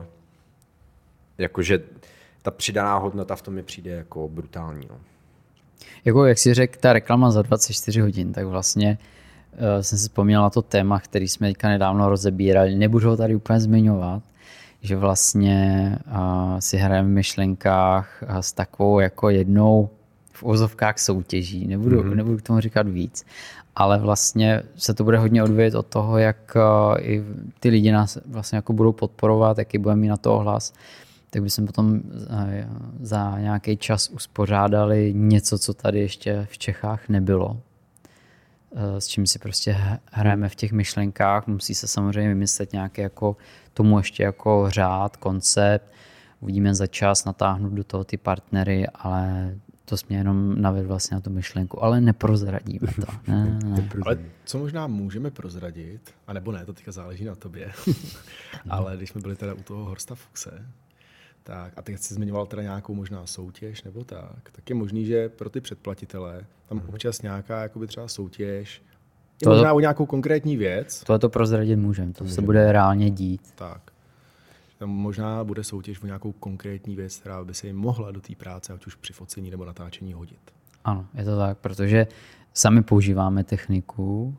jakože ta přidaná hodnota v tom mi přijde jako brutální. No. Jako jak si řekl, ta reklama za 24 hodin, tak vlastně jsem si vzpomněl na to téma, který jsme teďka nedávno rozebírali, nebudu ho tady úplně zmiňovat, že vlastně si hrajeme v myšlenkách s takovou jako jednou v ozovkách soutěží, nebudu k tomu říkat víc, ale vlastně se to bude hodně odvíjet od toho, jak i ty lidi nás vlastně jako budou podporovat, jaký budeme mít na to ohlas, tak bychom potom za nějaký čas uspořádali něco, co tady ještě v Čechách nebylo. S čím si prostě hrajeme v těch myšlenkách. Musí se samozřejmě vymyslet nějaký jako tomu ještě jako řád, koncept. Uvidíme za čas natáhnout do toho ty partnery, ale to jsme jenom navedl vlastně na tu myšlenku, ale neprozradíme to. Ne. Ale co možná můžeme prozradit, a nebo ne, to teďka záleží na tobě, ale když jsme byli teda u toho Horsta Fuchse, tak, a teď jsi zmiňoval teda nějakou možná soutěž nebo tak je možný, že pro ty předplatitele tam občas nějaká jakoby třeba soutěž, je možná o nějakou konkrétní věc. To prozradit můžeme, to se bude reálně dít. Tak. Tam možná bude soutěž o nějakou konkrétní věc, která by se jim mohla do té práce, ať už při focení nebo natáčení hodit. Ano, je to tak, protože sami používáme techniku,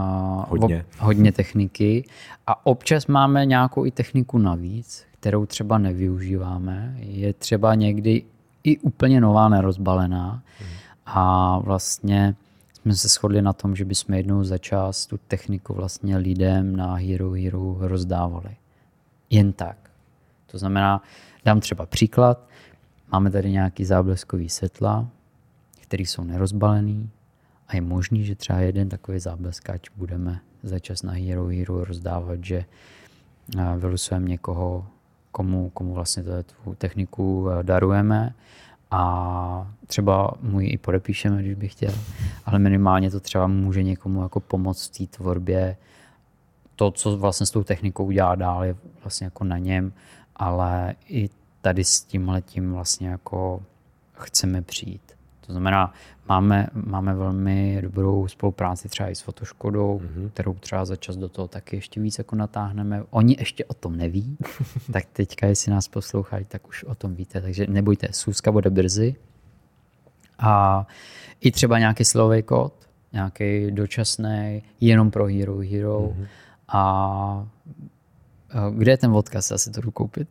hodně techniky a občas máme nějakou i techniku navíc, kterou třeba nevyužíváme. Je třeba někdy i úplně nová, nerozbalená a vlastně jsme se shodli na tom, že bychom jednou za čas tu techniku vlastně lidem na Hero rozdávali. Jen tak. To znamená, dám třeba příklad, máme tady nějaký zábleskový světla, které jsou nerozbalený a je možný, že třeba jeden takový zábleskač budeme za čas na Hero rozdávat, že vylosujeme někoho, komu vlastně tu techniku darujeme a třeba mu ji i podepíšeme, když bych chtěl, ale minimálně to třeba může někomu jako pomoct v té tvorbě. To, co vlastně s tou technikou udělá dál, je vlastně jako na něm, ale i tady s tímhletím vlastně jako chceme přijít. To znamená, máme velmi dobrou spolupráci třeba i s Fotoškodou, kterou třeba za čas do toho taky ještě víc jako natáhneme. Oni ještě o tom neví, tak teďka, jestli nás poslouchají, tak už o tom víte. Takže nebojte, schůzka bude brzy. A i třeba nějaký silový kód, nějaký dočasný, jenom pro Hero. A kde je ten odkaz? Já si to jdu koupit.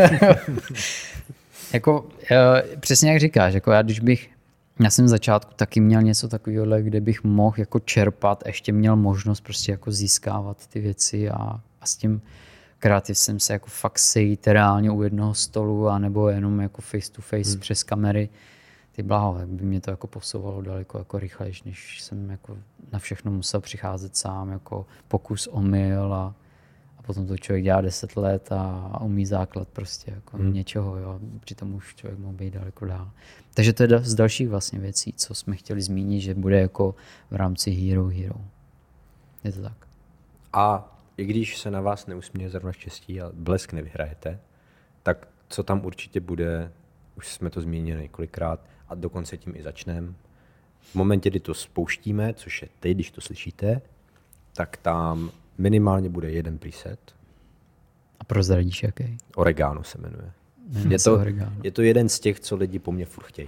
Jako, přesně jak říkáš, jako já jsem v začátku taky měl něco takového, kde bych mohl jako čerpat, ještě měl možnost prostě jako získávat ty věci a s tím kreativcem se jako fakt sejít reálně u jednoho stolu a nebo jenom jako face to face přes kamery. Ty blaho, jak by mě to jako posouvalo daleko jako rychlejš, než jsem jako na všechno musel přicházet sám, jako pokus omyl a potom to člověk dělá 10 let a umí základ prostě jako něčeho, jo. Přitom už člověk mohl být daleko dál. Takže to je z dalších vlastně věcí, co jsme chtěli zmínit, že bude jako v rámci Hero. Je to tak. A i když se na vás neusměje zrovna štěstí a blesk nevyhrajete, tak co tam určitě bude, už jsme to zmínili několikrát a dokonce tím i začneme. V momentě, kdy to spouštíme, což je teď, když to slyšíte, tak tam minimálně bude jeden preset. A prozradíš jaký? Oregano se jmenuje. Je to jeden z těch, co lidi po mně furt chtějí.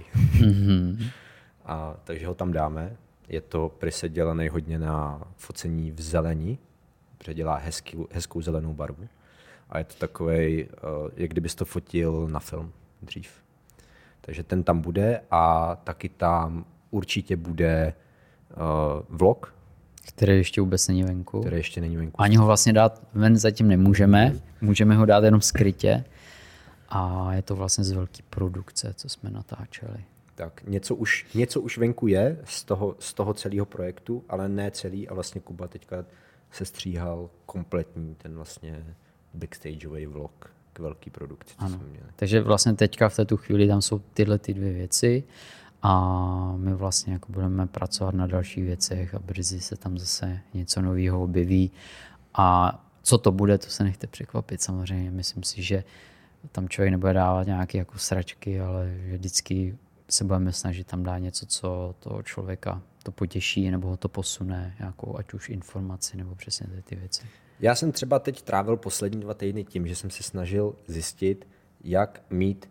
A takže ho tam dáme. Je to preset dělaný hodně na focení v zelení, protože dělá hezkou zelenou barvu. A je to takovej, jak kdybys to fotil na film dřív. Takže ten tam bude a taky tam určitě bude vlog, který ještě vůbec není venku. Ani ho vlastně dát ven zatím nemůžeme. Můžeme ho dát jenom skrytě. A je to vlastně z velké produkce, co jsme natáčeli. Tak něco už venku je z toho celého projektu, ale ne celý. A vlastně Kuba teďka se stříhal kompletní ten vlastně backstageový vlog. k velký produkci, co jsme měli. Takže vlastně teďka v této chvíli tam jsou tyhle ty dvě věci a my vlastně jako budeme pracovat na dalších věcech a brzy se tam zase něco nového objeví. A co to bude, to se nechte překvapit samozřejmě. Myslím si, že tam člověk nebude dávat nějaké jako sračky, ale že vždycky se budeme snažit tam dát něco, co toho člověka to potěší nebo ho to posune, nějakou ať už informaci nebo přesně ty věci. Já jsem třeba teď trávil poslední 2 týdny tím, že jsem se snažil zjistit, jak mít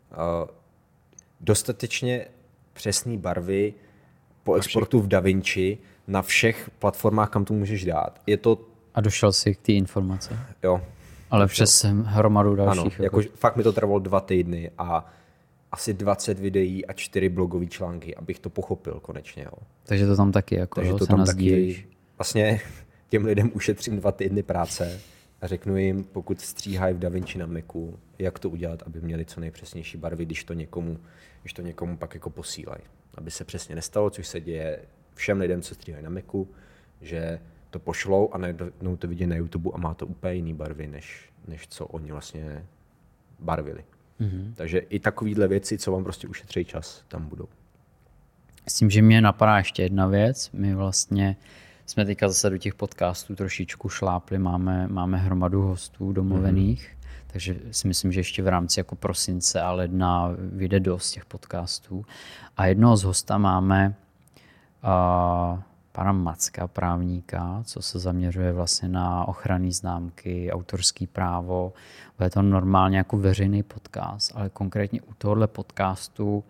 dostatečně přesné barvy po exportu v DaVinci na všech platformách, kam to můžeš dát. Je to... A došel jsi k té informace? Jo. Ale přes hromadu dalších. Ano, jako fakt mi to trvalo 2 týdny a asi 20 videí a 4 blogové články, abych to pochopil konečně. Jo. Takže to tam taky jako takže to tam taky vlastně těm lidem ušetřím 2 týdny práce a řeknu jim, pokud stříhají v DaVinci na Macu, jak to udělat, aby měli co nejpřesnější barvy, když to někomu pak jako posílají. Aby se přesně nestalo, což se děje všem lidem, co stříhají na Macu, že to pošlou a najednou to vidí na YouTube a má to úplně jiný barvy, než co oni vlastně barvili. Mm-hmm. Takže i takovýhle věci, co vám prostě ušetří čas, tam budou. S tím, že mě napadá ještě jedna věc. My vlastně jsme teďka zase do těch podcastů trošičku šlápli, máme hromadu hostů domluvených, takže si myslím, že ještě v rámci jako prosince a ledna vyjde dost těch podcastů. A jednoho z hosta máme pana Macka, právníka, co se zaměřuje vlastně na ochranné známky, autorský právo. Bude to normálně jako veřejný podcast, ale konkrétně u tohohle podcastu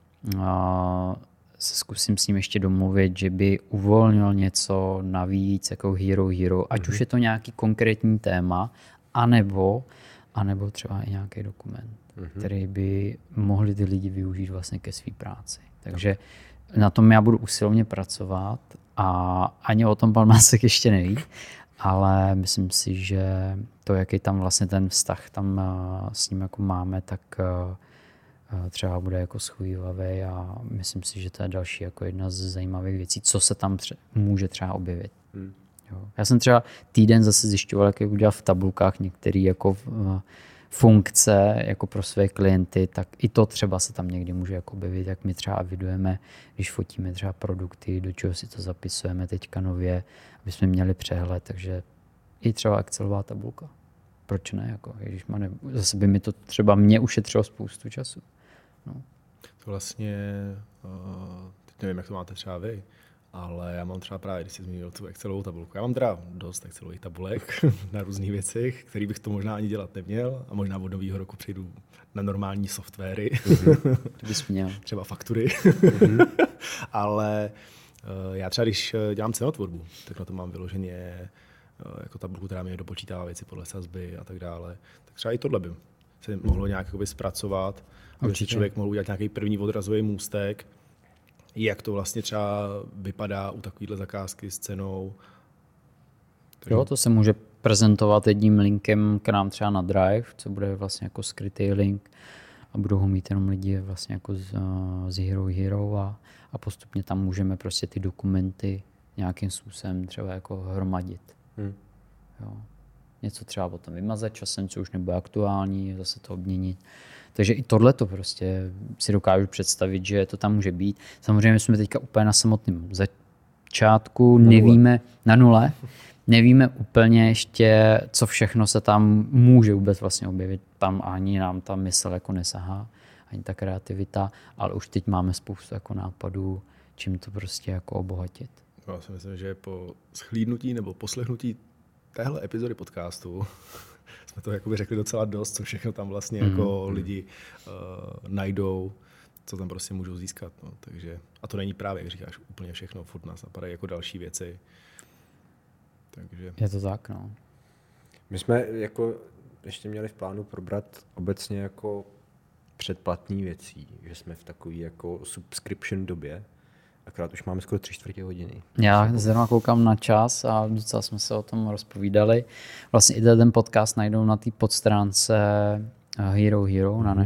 se zkusím s ním ještě domluvit, že by uvolnil něco navíc jako Hero, ať už je to nějaký konkrétní téma, anebo třeba i nějaký dokument, který by mohli ty lidi využít vlastně ke své práci. Takže na tom já budu usilovně pracovat a ani o tom pan Macek ještě neví, ale myslím si, že to, jaký tam vlastně ten vztah tam s ním jako máme, tak třeba bude jako schovývavý a myslím si, že to je další jako jedna z zajímavých věcí, co se tam může třeba objevit. Jo. Já jsem třeba týden zase zjišťoval, jak udělat v tabulkách některé jako funkce jako pro své klienty, tak i to třeba se tam někdy může jako objevit, jak my třeba evidujeme, když fotíme třeba produkty, do čeho si to zapisujeme teďka nově, aby jsme měli přehled, takže i třeba Excelová tabulka. Proč ne? Jako, ježišmane, zase by mi to třeba mě ušetřilo spoustu času. No. To vlastně, teď nevím, jak to máte třeba vy, ale já mám třeba právě, když jsi zmínil tu Excelovou tabulku, já mám teda dost Excelových tabulek na různých věcech, který bych to možná ani dělat neměl a možná od nového roku přijdu na normální softwary. To bys měl. Třeba faktury. Ale já třeba, když dělám cenotvorbu, tak na to mám vyloženě jako tabulku, která mi dopočítává věci podle sazby a tak dále. Tak třeba i tohle by se mohlo nějak zpracovat, aby si člověk mohl udělat nějaký první odrazový můstek, jak to vlastně třeba vypadá u takovéhle zakázky s cenou. Takže... Jo, to se může prezentovat jedním linkem k nám třeba na Drive, co bude vlastně jako skrytý link a budou ho mít jenom lidi vlastně jako z Hero a postupně tam můžeme prostě ty dokumenty nějakým způsobem třeba jako hromadit. Jo. Něco třeba potom vymazat časem, co už nebude aktuální, zase to obměnit. Takže i tohle to prostě si dokážu představit, že to tam může být. Samozřejmě jsme teďka úplně na samotném začátku, nevíme na nule, nevíme úplně ještě, co všechno se tam může vůbec vlastně objevit. Tam ani nám ta mysl jako nesahá, ani ta kreativita, ale už teď máme spoustu jako nápadů, čím to prostě jako obohatit. Já si myslím, že po shlídnutí nebo poslechnutí téhle epizody podcastu jsme to jakoby řekli docela dost, co všechno tam vlastně jako lidi najdou, co tam prostě můžou získat. No. Takže, a to není právě, jak říkáš, úplně všechno, furt nás napadají jako další věci. Takže... Je to tak, no. My jsme jako ještě měli v plánu probrat obecně jako předplatný věcí, že jsme v takové jako subscription době, akorát už máme skoro 3/4 hodiny. Já zrovna koukám na čas a docela jsme se o tom rozpovídali. Vlastně i ten podcast najdou na té podstránce Hero, na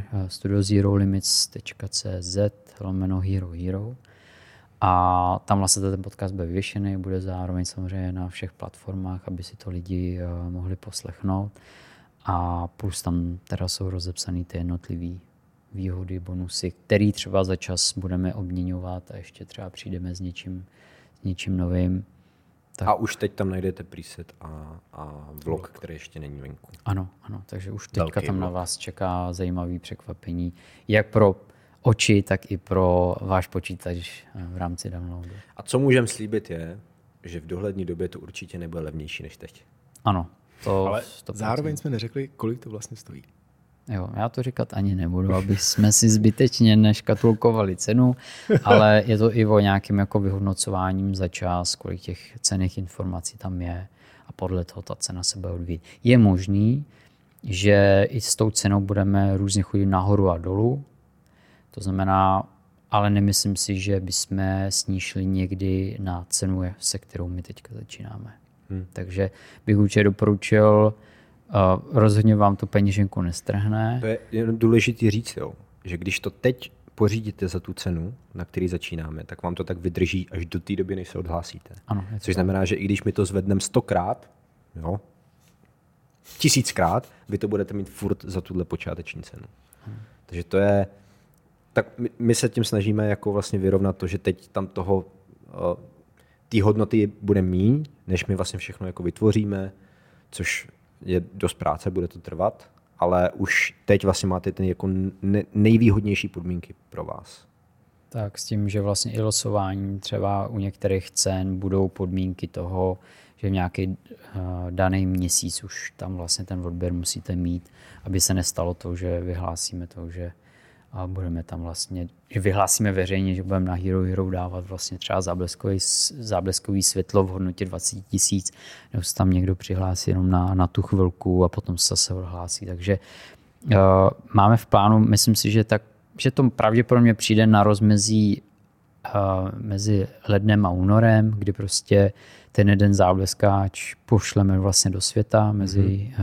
studiozerolimits.cz/Hero. A tam vlastně ten podcast bude vyvěšený, bude zároveň samozřejmě na všech platformách, aby si to lidi mohli poslechnout. a plus tam teda jsou rozepsané ty jednotlivé výhody, bonusy, který třeba za čas budeme obměňovat a ještě třeba přijdeme s něčím novým. Tak. A už teď tam najdete preset a vlog, který ještě není venku. Ano, takže už teďka tam na vás čeká zajímavý překvapení, jak pro oči, tak i pro váš počítač v rámci downloadu. A co můžeme slíbit je, že v dohledné době to určitě nebude levnější než teď. Ano. Ale zároveň jsme neřekli, kolik to vlastně stojí. Jo, já to říkat ani nebudu, aby jsme si zbytečně neškatulkovali cenu, ale je to i o nějakým jako vyhodnocováním za čas, kolik těch cenných informací tam je a podle toho ta cena se bude odvíjet. Je možný, že i s tou cenou budeme různě chodit nahoru a dolů, to znamená, ale nemyslím si, že bychom s ní šli někdy na cenu, se kterou my teďka začínáme. Takže bych určitě doporučil, rozhodně vám tu peněženku nestrhne. To je jen důležitý říct, jo, že když to teď pořídíte za tu cenu, na který začínáme, tak vám to tak vydrží až do té doby, než se odhlásíte. Ano, což znamená, že i když my to zvedneme 100krát, jo, 1000krát, vy to budete mít furt za tuhle počáteční cenu. Takže to je, tak my se tím snažíme jako vlastně vyrovnat to, že teď tam toho té hodnoty bude míň, než my vlastně všechno jako vytvoříme, což je dost práce, bude to trvat, ale už teď vlastně máte ty jako nejvýhodnější podmínky pro vás. Tak s tím, že vlastně i losování třeba u některých cen budou podmínky toho, že v nějaký daný měsíc už tam vlastně ten odběr musíte mít, aby se nestalo to, že vyhlásíme to, že a budeme tam vlastně, že vyhlásíme veřejně, že budeme na Hero dávat vlastně třeba zábleskový světlo v hodnotě 20 000, nebo se tam někdo přihlásí jenom na tu chvilku a potom se zase odhlásí. Takže máme v plánu, myslím si, že to pravděpodobně přijde na rozmezí mezi lednem a únorem, kdy prostě ten jeden zábleskáč pošleme vlastně do světa mezi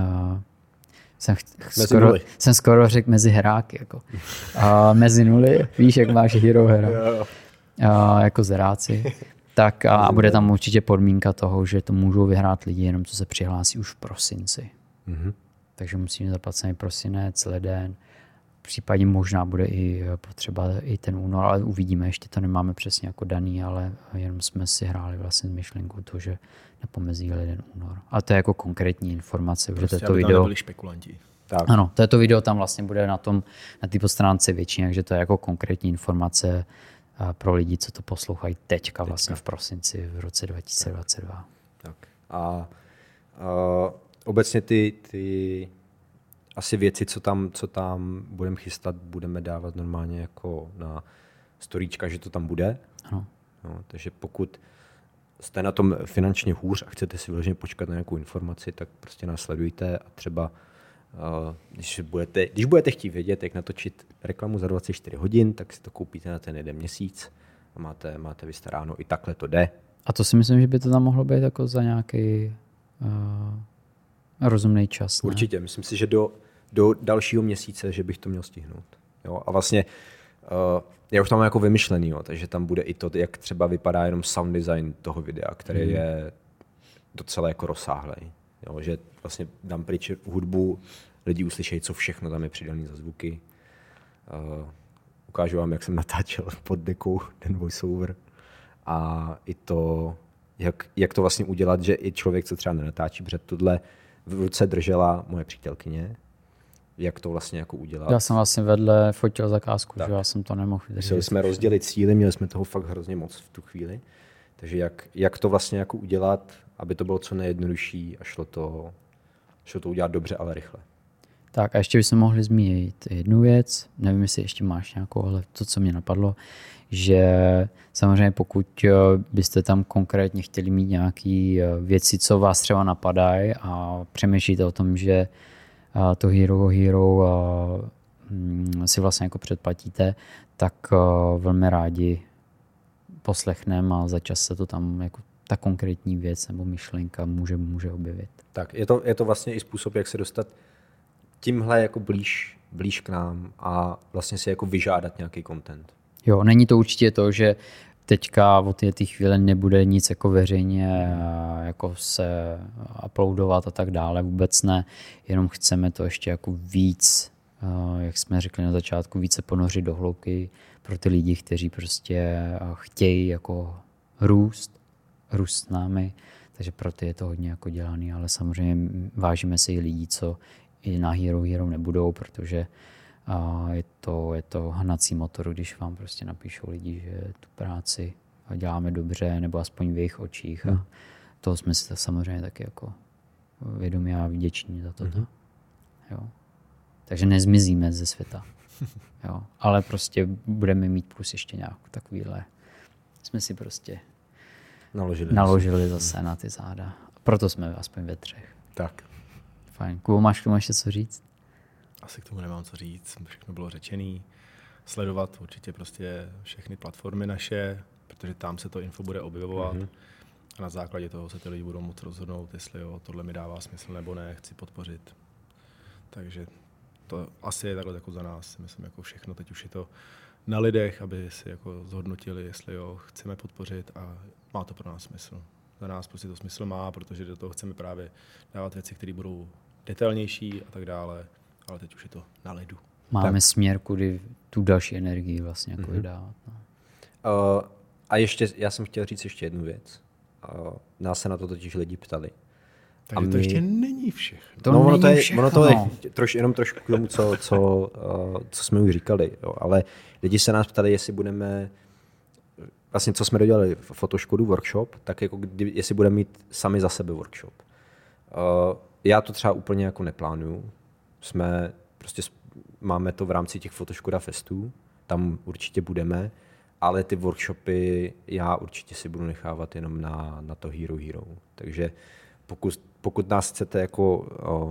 Jsem skoro řekl mezi heráky. Jako. Mezi nuly, víš, jak máš Hero hra. Jako zeráci. Tak a bude tam určitě podmínka toho, že to můžou vyhrát lidi, jenom co se přihlásí už v prosinci. Takže musíme zaplatit prosinec, leden. Případně možná bude i potřeba i ten únor, ale uvidíme, ještě to nemáme přesně jako daný, ale jenom jsme si hráli vlastně s myšlenkou to, že nepomezí leden únor. A to je jako konkrétní informace, prostě, že to video. Byli špekulanti. Tak. Ano, to video tam vlastně bude na té podstránce většině, takže to je jako konkrétní informace pro lidi, co to poslouchají teďka vlastně v prosinci v roce 2022. Tak. A obecně ty asi věci, co tam budeme chystat, budeme dávat normálně jako na storíčka, že to tam bude. Ano. No, takže pokud jste na tom finančně hůř a chcete si vyloženě počkat na nějakou informaci, tak prostě nás sledujte a třeba když budete chtít vědět, jak natočit reklamu za 24 hodin, tak si to koupíte na ten jeden měsíc a máte vystaráno. I takhle to jde. A to si myslím, že by to tam mohlo být jako za nějaký rozumný čas. Ne? Určitě. Myslím si, že do dalšího měsíce, že bych to měl stihnout. Jo? A vlastně já už tam mám jako vymyšlený, jo? Takže tam bude i to, jak třeba vypadá jenom sound design toho videa, který je docela jako rozsáhlej. Jo? Že vlastně dám pryč hudbu, lidi uslyšejí, co všechno tam je přidaný za zvuky. Ukážu vám, jak jsem natáčel pod dekou ten voiceover. A i to, jak to vlastně udělat, že i člověk, co třeba nenatáčí, protože tohle v ruce držela moje přítelkyně, jak to vlastně jako udělat. Já jsem vlastně vedle fotil zakázku, že já jsem to nemohl vydržet. Museli jsme rozdělit síly, měli jsme toho fakt hrozně moc v tu chvíli. Takže jak to vlastně jako udělat, aby to bylo co nejjednodušší a šlo to udělat dobře, ale rychle. Tak a ještě bychom mohli zmínit jednu věc, nevím, jestli ještě máš nějakou, ale to, co mě napadlo, že samozřejmě pokud byste tam konkrétně chtěli mít nějaké věci, co vás třeba napadají a přemýšlíte o tom, že to Hero si vlastně jako předplatíte, tak velmi rádi poslechneme a za čas se to tam jako ta konkrétní věc nebo myšlenka může objevit. Tak je to vlastně i způsob, jak se dostat tímhle jako blíž k nám a vlastně si jako vyžádat nějaký content. Jo, není to určitě to, že teďka od té chvíle nebude nic jako veřejně jako se uploadovat a tak dále, vůbec ne, jenom chceme to ještě jako víc, jak jsme řekli na začátku, více ponořit do hloubky pro ty lidi, kteří prostě chtějí jako růst s námi, takže pro ty je to hodně jako dělaný, ale samozřejmě vážíme si i lidí, co i na Hero nebudou, protože je to hnací motor, když vám prostě napíšou lidi, že tu práci děláme dobře, nebo aspoň v jejich očích. A toho jsme si samozřejmě taky jako vědomí a vděční za toto. Jo. Takže nezmizíme ze světa. Jo. Ale prostě budeme mít plus ještě nějak takovýhle. Jsme si prostě naložili zase na ty záda. Proto jsme aspoň ve 3. Tak. Fajn. Kubo, máš k tomu ještě co říct? Asi k tomu nemám co říct, všechno bylo řečený. Sledovat určitě prostě všechny platformy naše, protože tam se to info bude objevovat a na základě toho se ty lidi budou moct rozhodnout, jestli jo, tohle mi dává smysl nebo ne, chci podpořit. Takže to asi je takhle jako za nás, myslím, jako všechno, teď už je to na lidech, aby si jako zhodnotili, jestli jo, chceme podpořit a má to pro nás smysl. Za nás prostě to smysl má, protože do toho chceme právě dávat věci, které budou detailnější a tak dále, ale teď už je to na ledu. Máme směr, kudy tu další energii vlastně jako vydávat. No. A ještě, já jsem chtěl říct ještě jednu věc. Nás se na to totiž lidi ptali. Takže to ještě není všechno. Ono to je jenom trošku k tomu, co jsme už říkali. Jo. Ale lidi se nás ptali, jestli budeme, vlastně co jsme dodělali v Photoškodu workshop, tak jako jestli budeme mít sami za sebe workshop. Já to třeba úplně jako neplánuju. Máme to v rámci těch Photoškoda festů, tam určitě budeme, ale ty workshopy já určitě si budu nechávat jenom na to Hero. Takže pokud nás chcete jako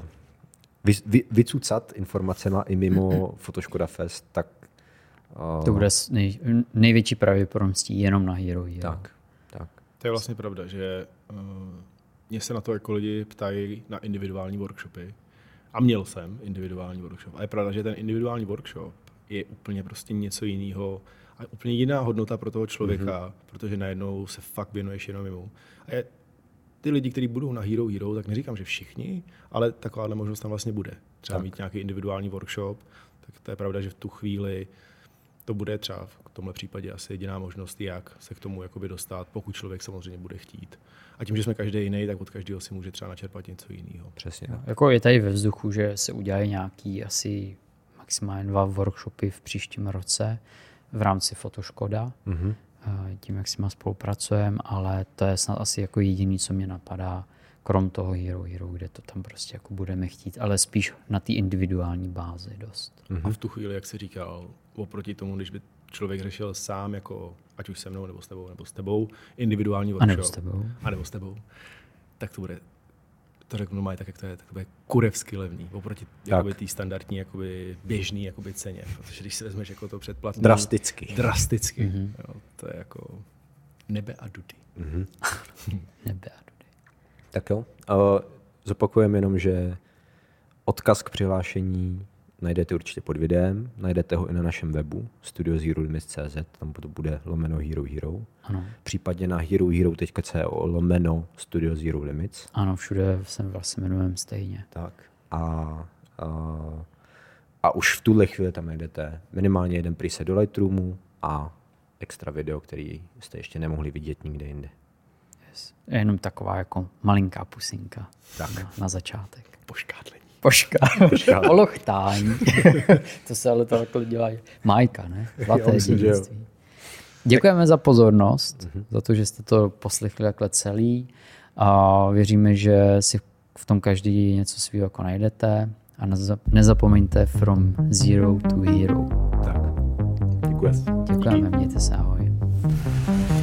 vycucat informacema i mimo Photoškoda fest, tak to bude největší pravděpodobností jenom na Hero. Tak. To je vlastně pravda, že mě se na to jako lidi ptají na individuální workshopy. A měl jsem individuální workshop. A je pravda, že ten individuální workshop je úplně prostě něco jiného a úplně jiná hodnota pro toho člověka, protože najednou se fakt věnuješ jenom jemu. A ty lidi, kteří budou na Hero, tak neříkám, že všichni, ale takováhle možnost tam vlastně bude. Třeba mít nějaký individuální workshop, tak to je pravda, že v tu chvíli to bude třeba v tomhle případě asi jediná možnost, jak se k tomu jakoby dostat, pokud člověk samozřejmě bude chtít. A tím, že jsme každý jiný, tak od každého si může třeba načerpat něco jiného. Přesně. Jako je tady ve vzduchu, že se udělají nějaký asi maximálně 2 workshopy v příštím roce v rámci Photoškoda. Tím, jak s nimi spolupracujeme, ale to je snad asi jako jediný, co mě napadá, krom toho Hero, kde to tam prostě jako budeme chtít, ale spíš na té individuální bázi dost. A v tu chvíli, jak jsi říkal, oproti tomu, když by člověk řešil sám, jako ať už se mnou, nebo s tebou, individuální workshop. A nebo s tebou. Tak to bude, to řeknu tak jak to je, tak to bude kurevsky levný, oproti té standardní, jakoby běžný jakoby ceně. Protože když si vezmeš jako to předplatné. Drasticky. Jo, to je jako nebe a dudy. Nebe a dudy. Tak jo. Zopakujeme jenom, že odkaz k přihlášení najdete určitě pod videem, najdete ho i na našem webu studiozherolimits.cz, tam to bude /Hero. Ano. Případně na herohero.co /studiozherolimits. Ano, všude se vlastně jmenujeme stejně. Tak. A už v tuhle chvíli tam najdete minimálně jeden preset do Lightroomu a extra video, který jste ještě nemohli vidět nikde jinde. Yes. Je jenom taková jako malinká pusinka na začátek. Poškádlení. Olochtání. To se ale takhle dělá Majka, ne? Zlaté dědictví. Děkujeme za pozornost, za to, že jste to poslechli takhle celý. A věříme, že si v tom každý něco svýho jako najdete. A nezapomeňte from zero to hero. Tak. Děkujeme. Mějte se, ahoj.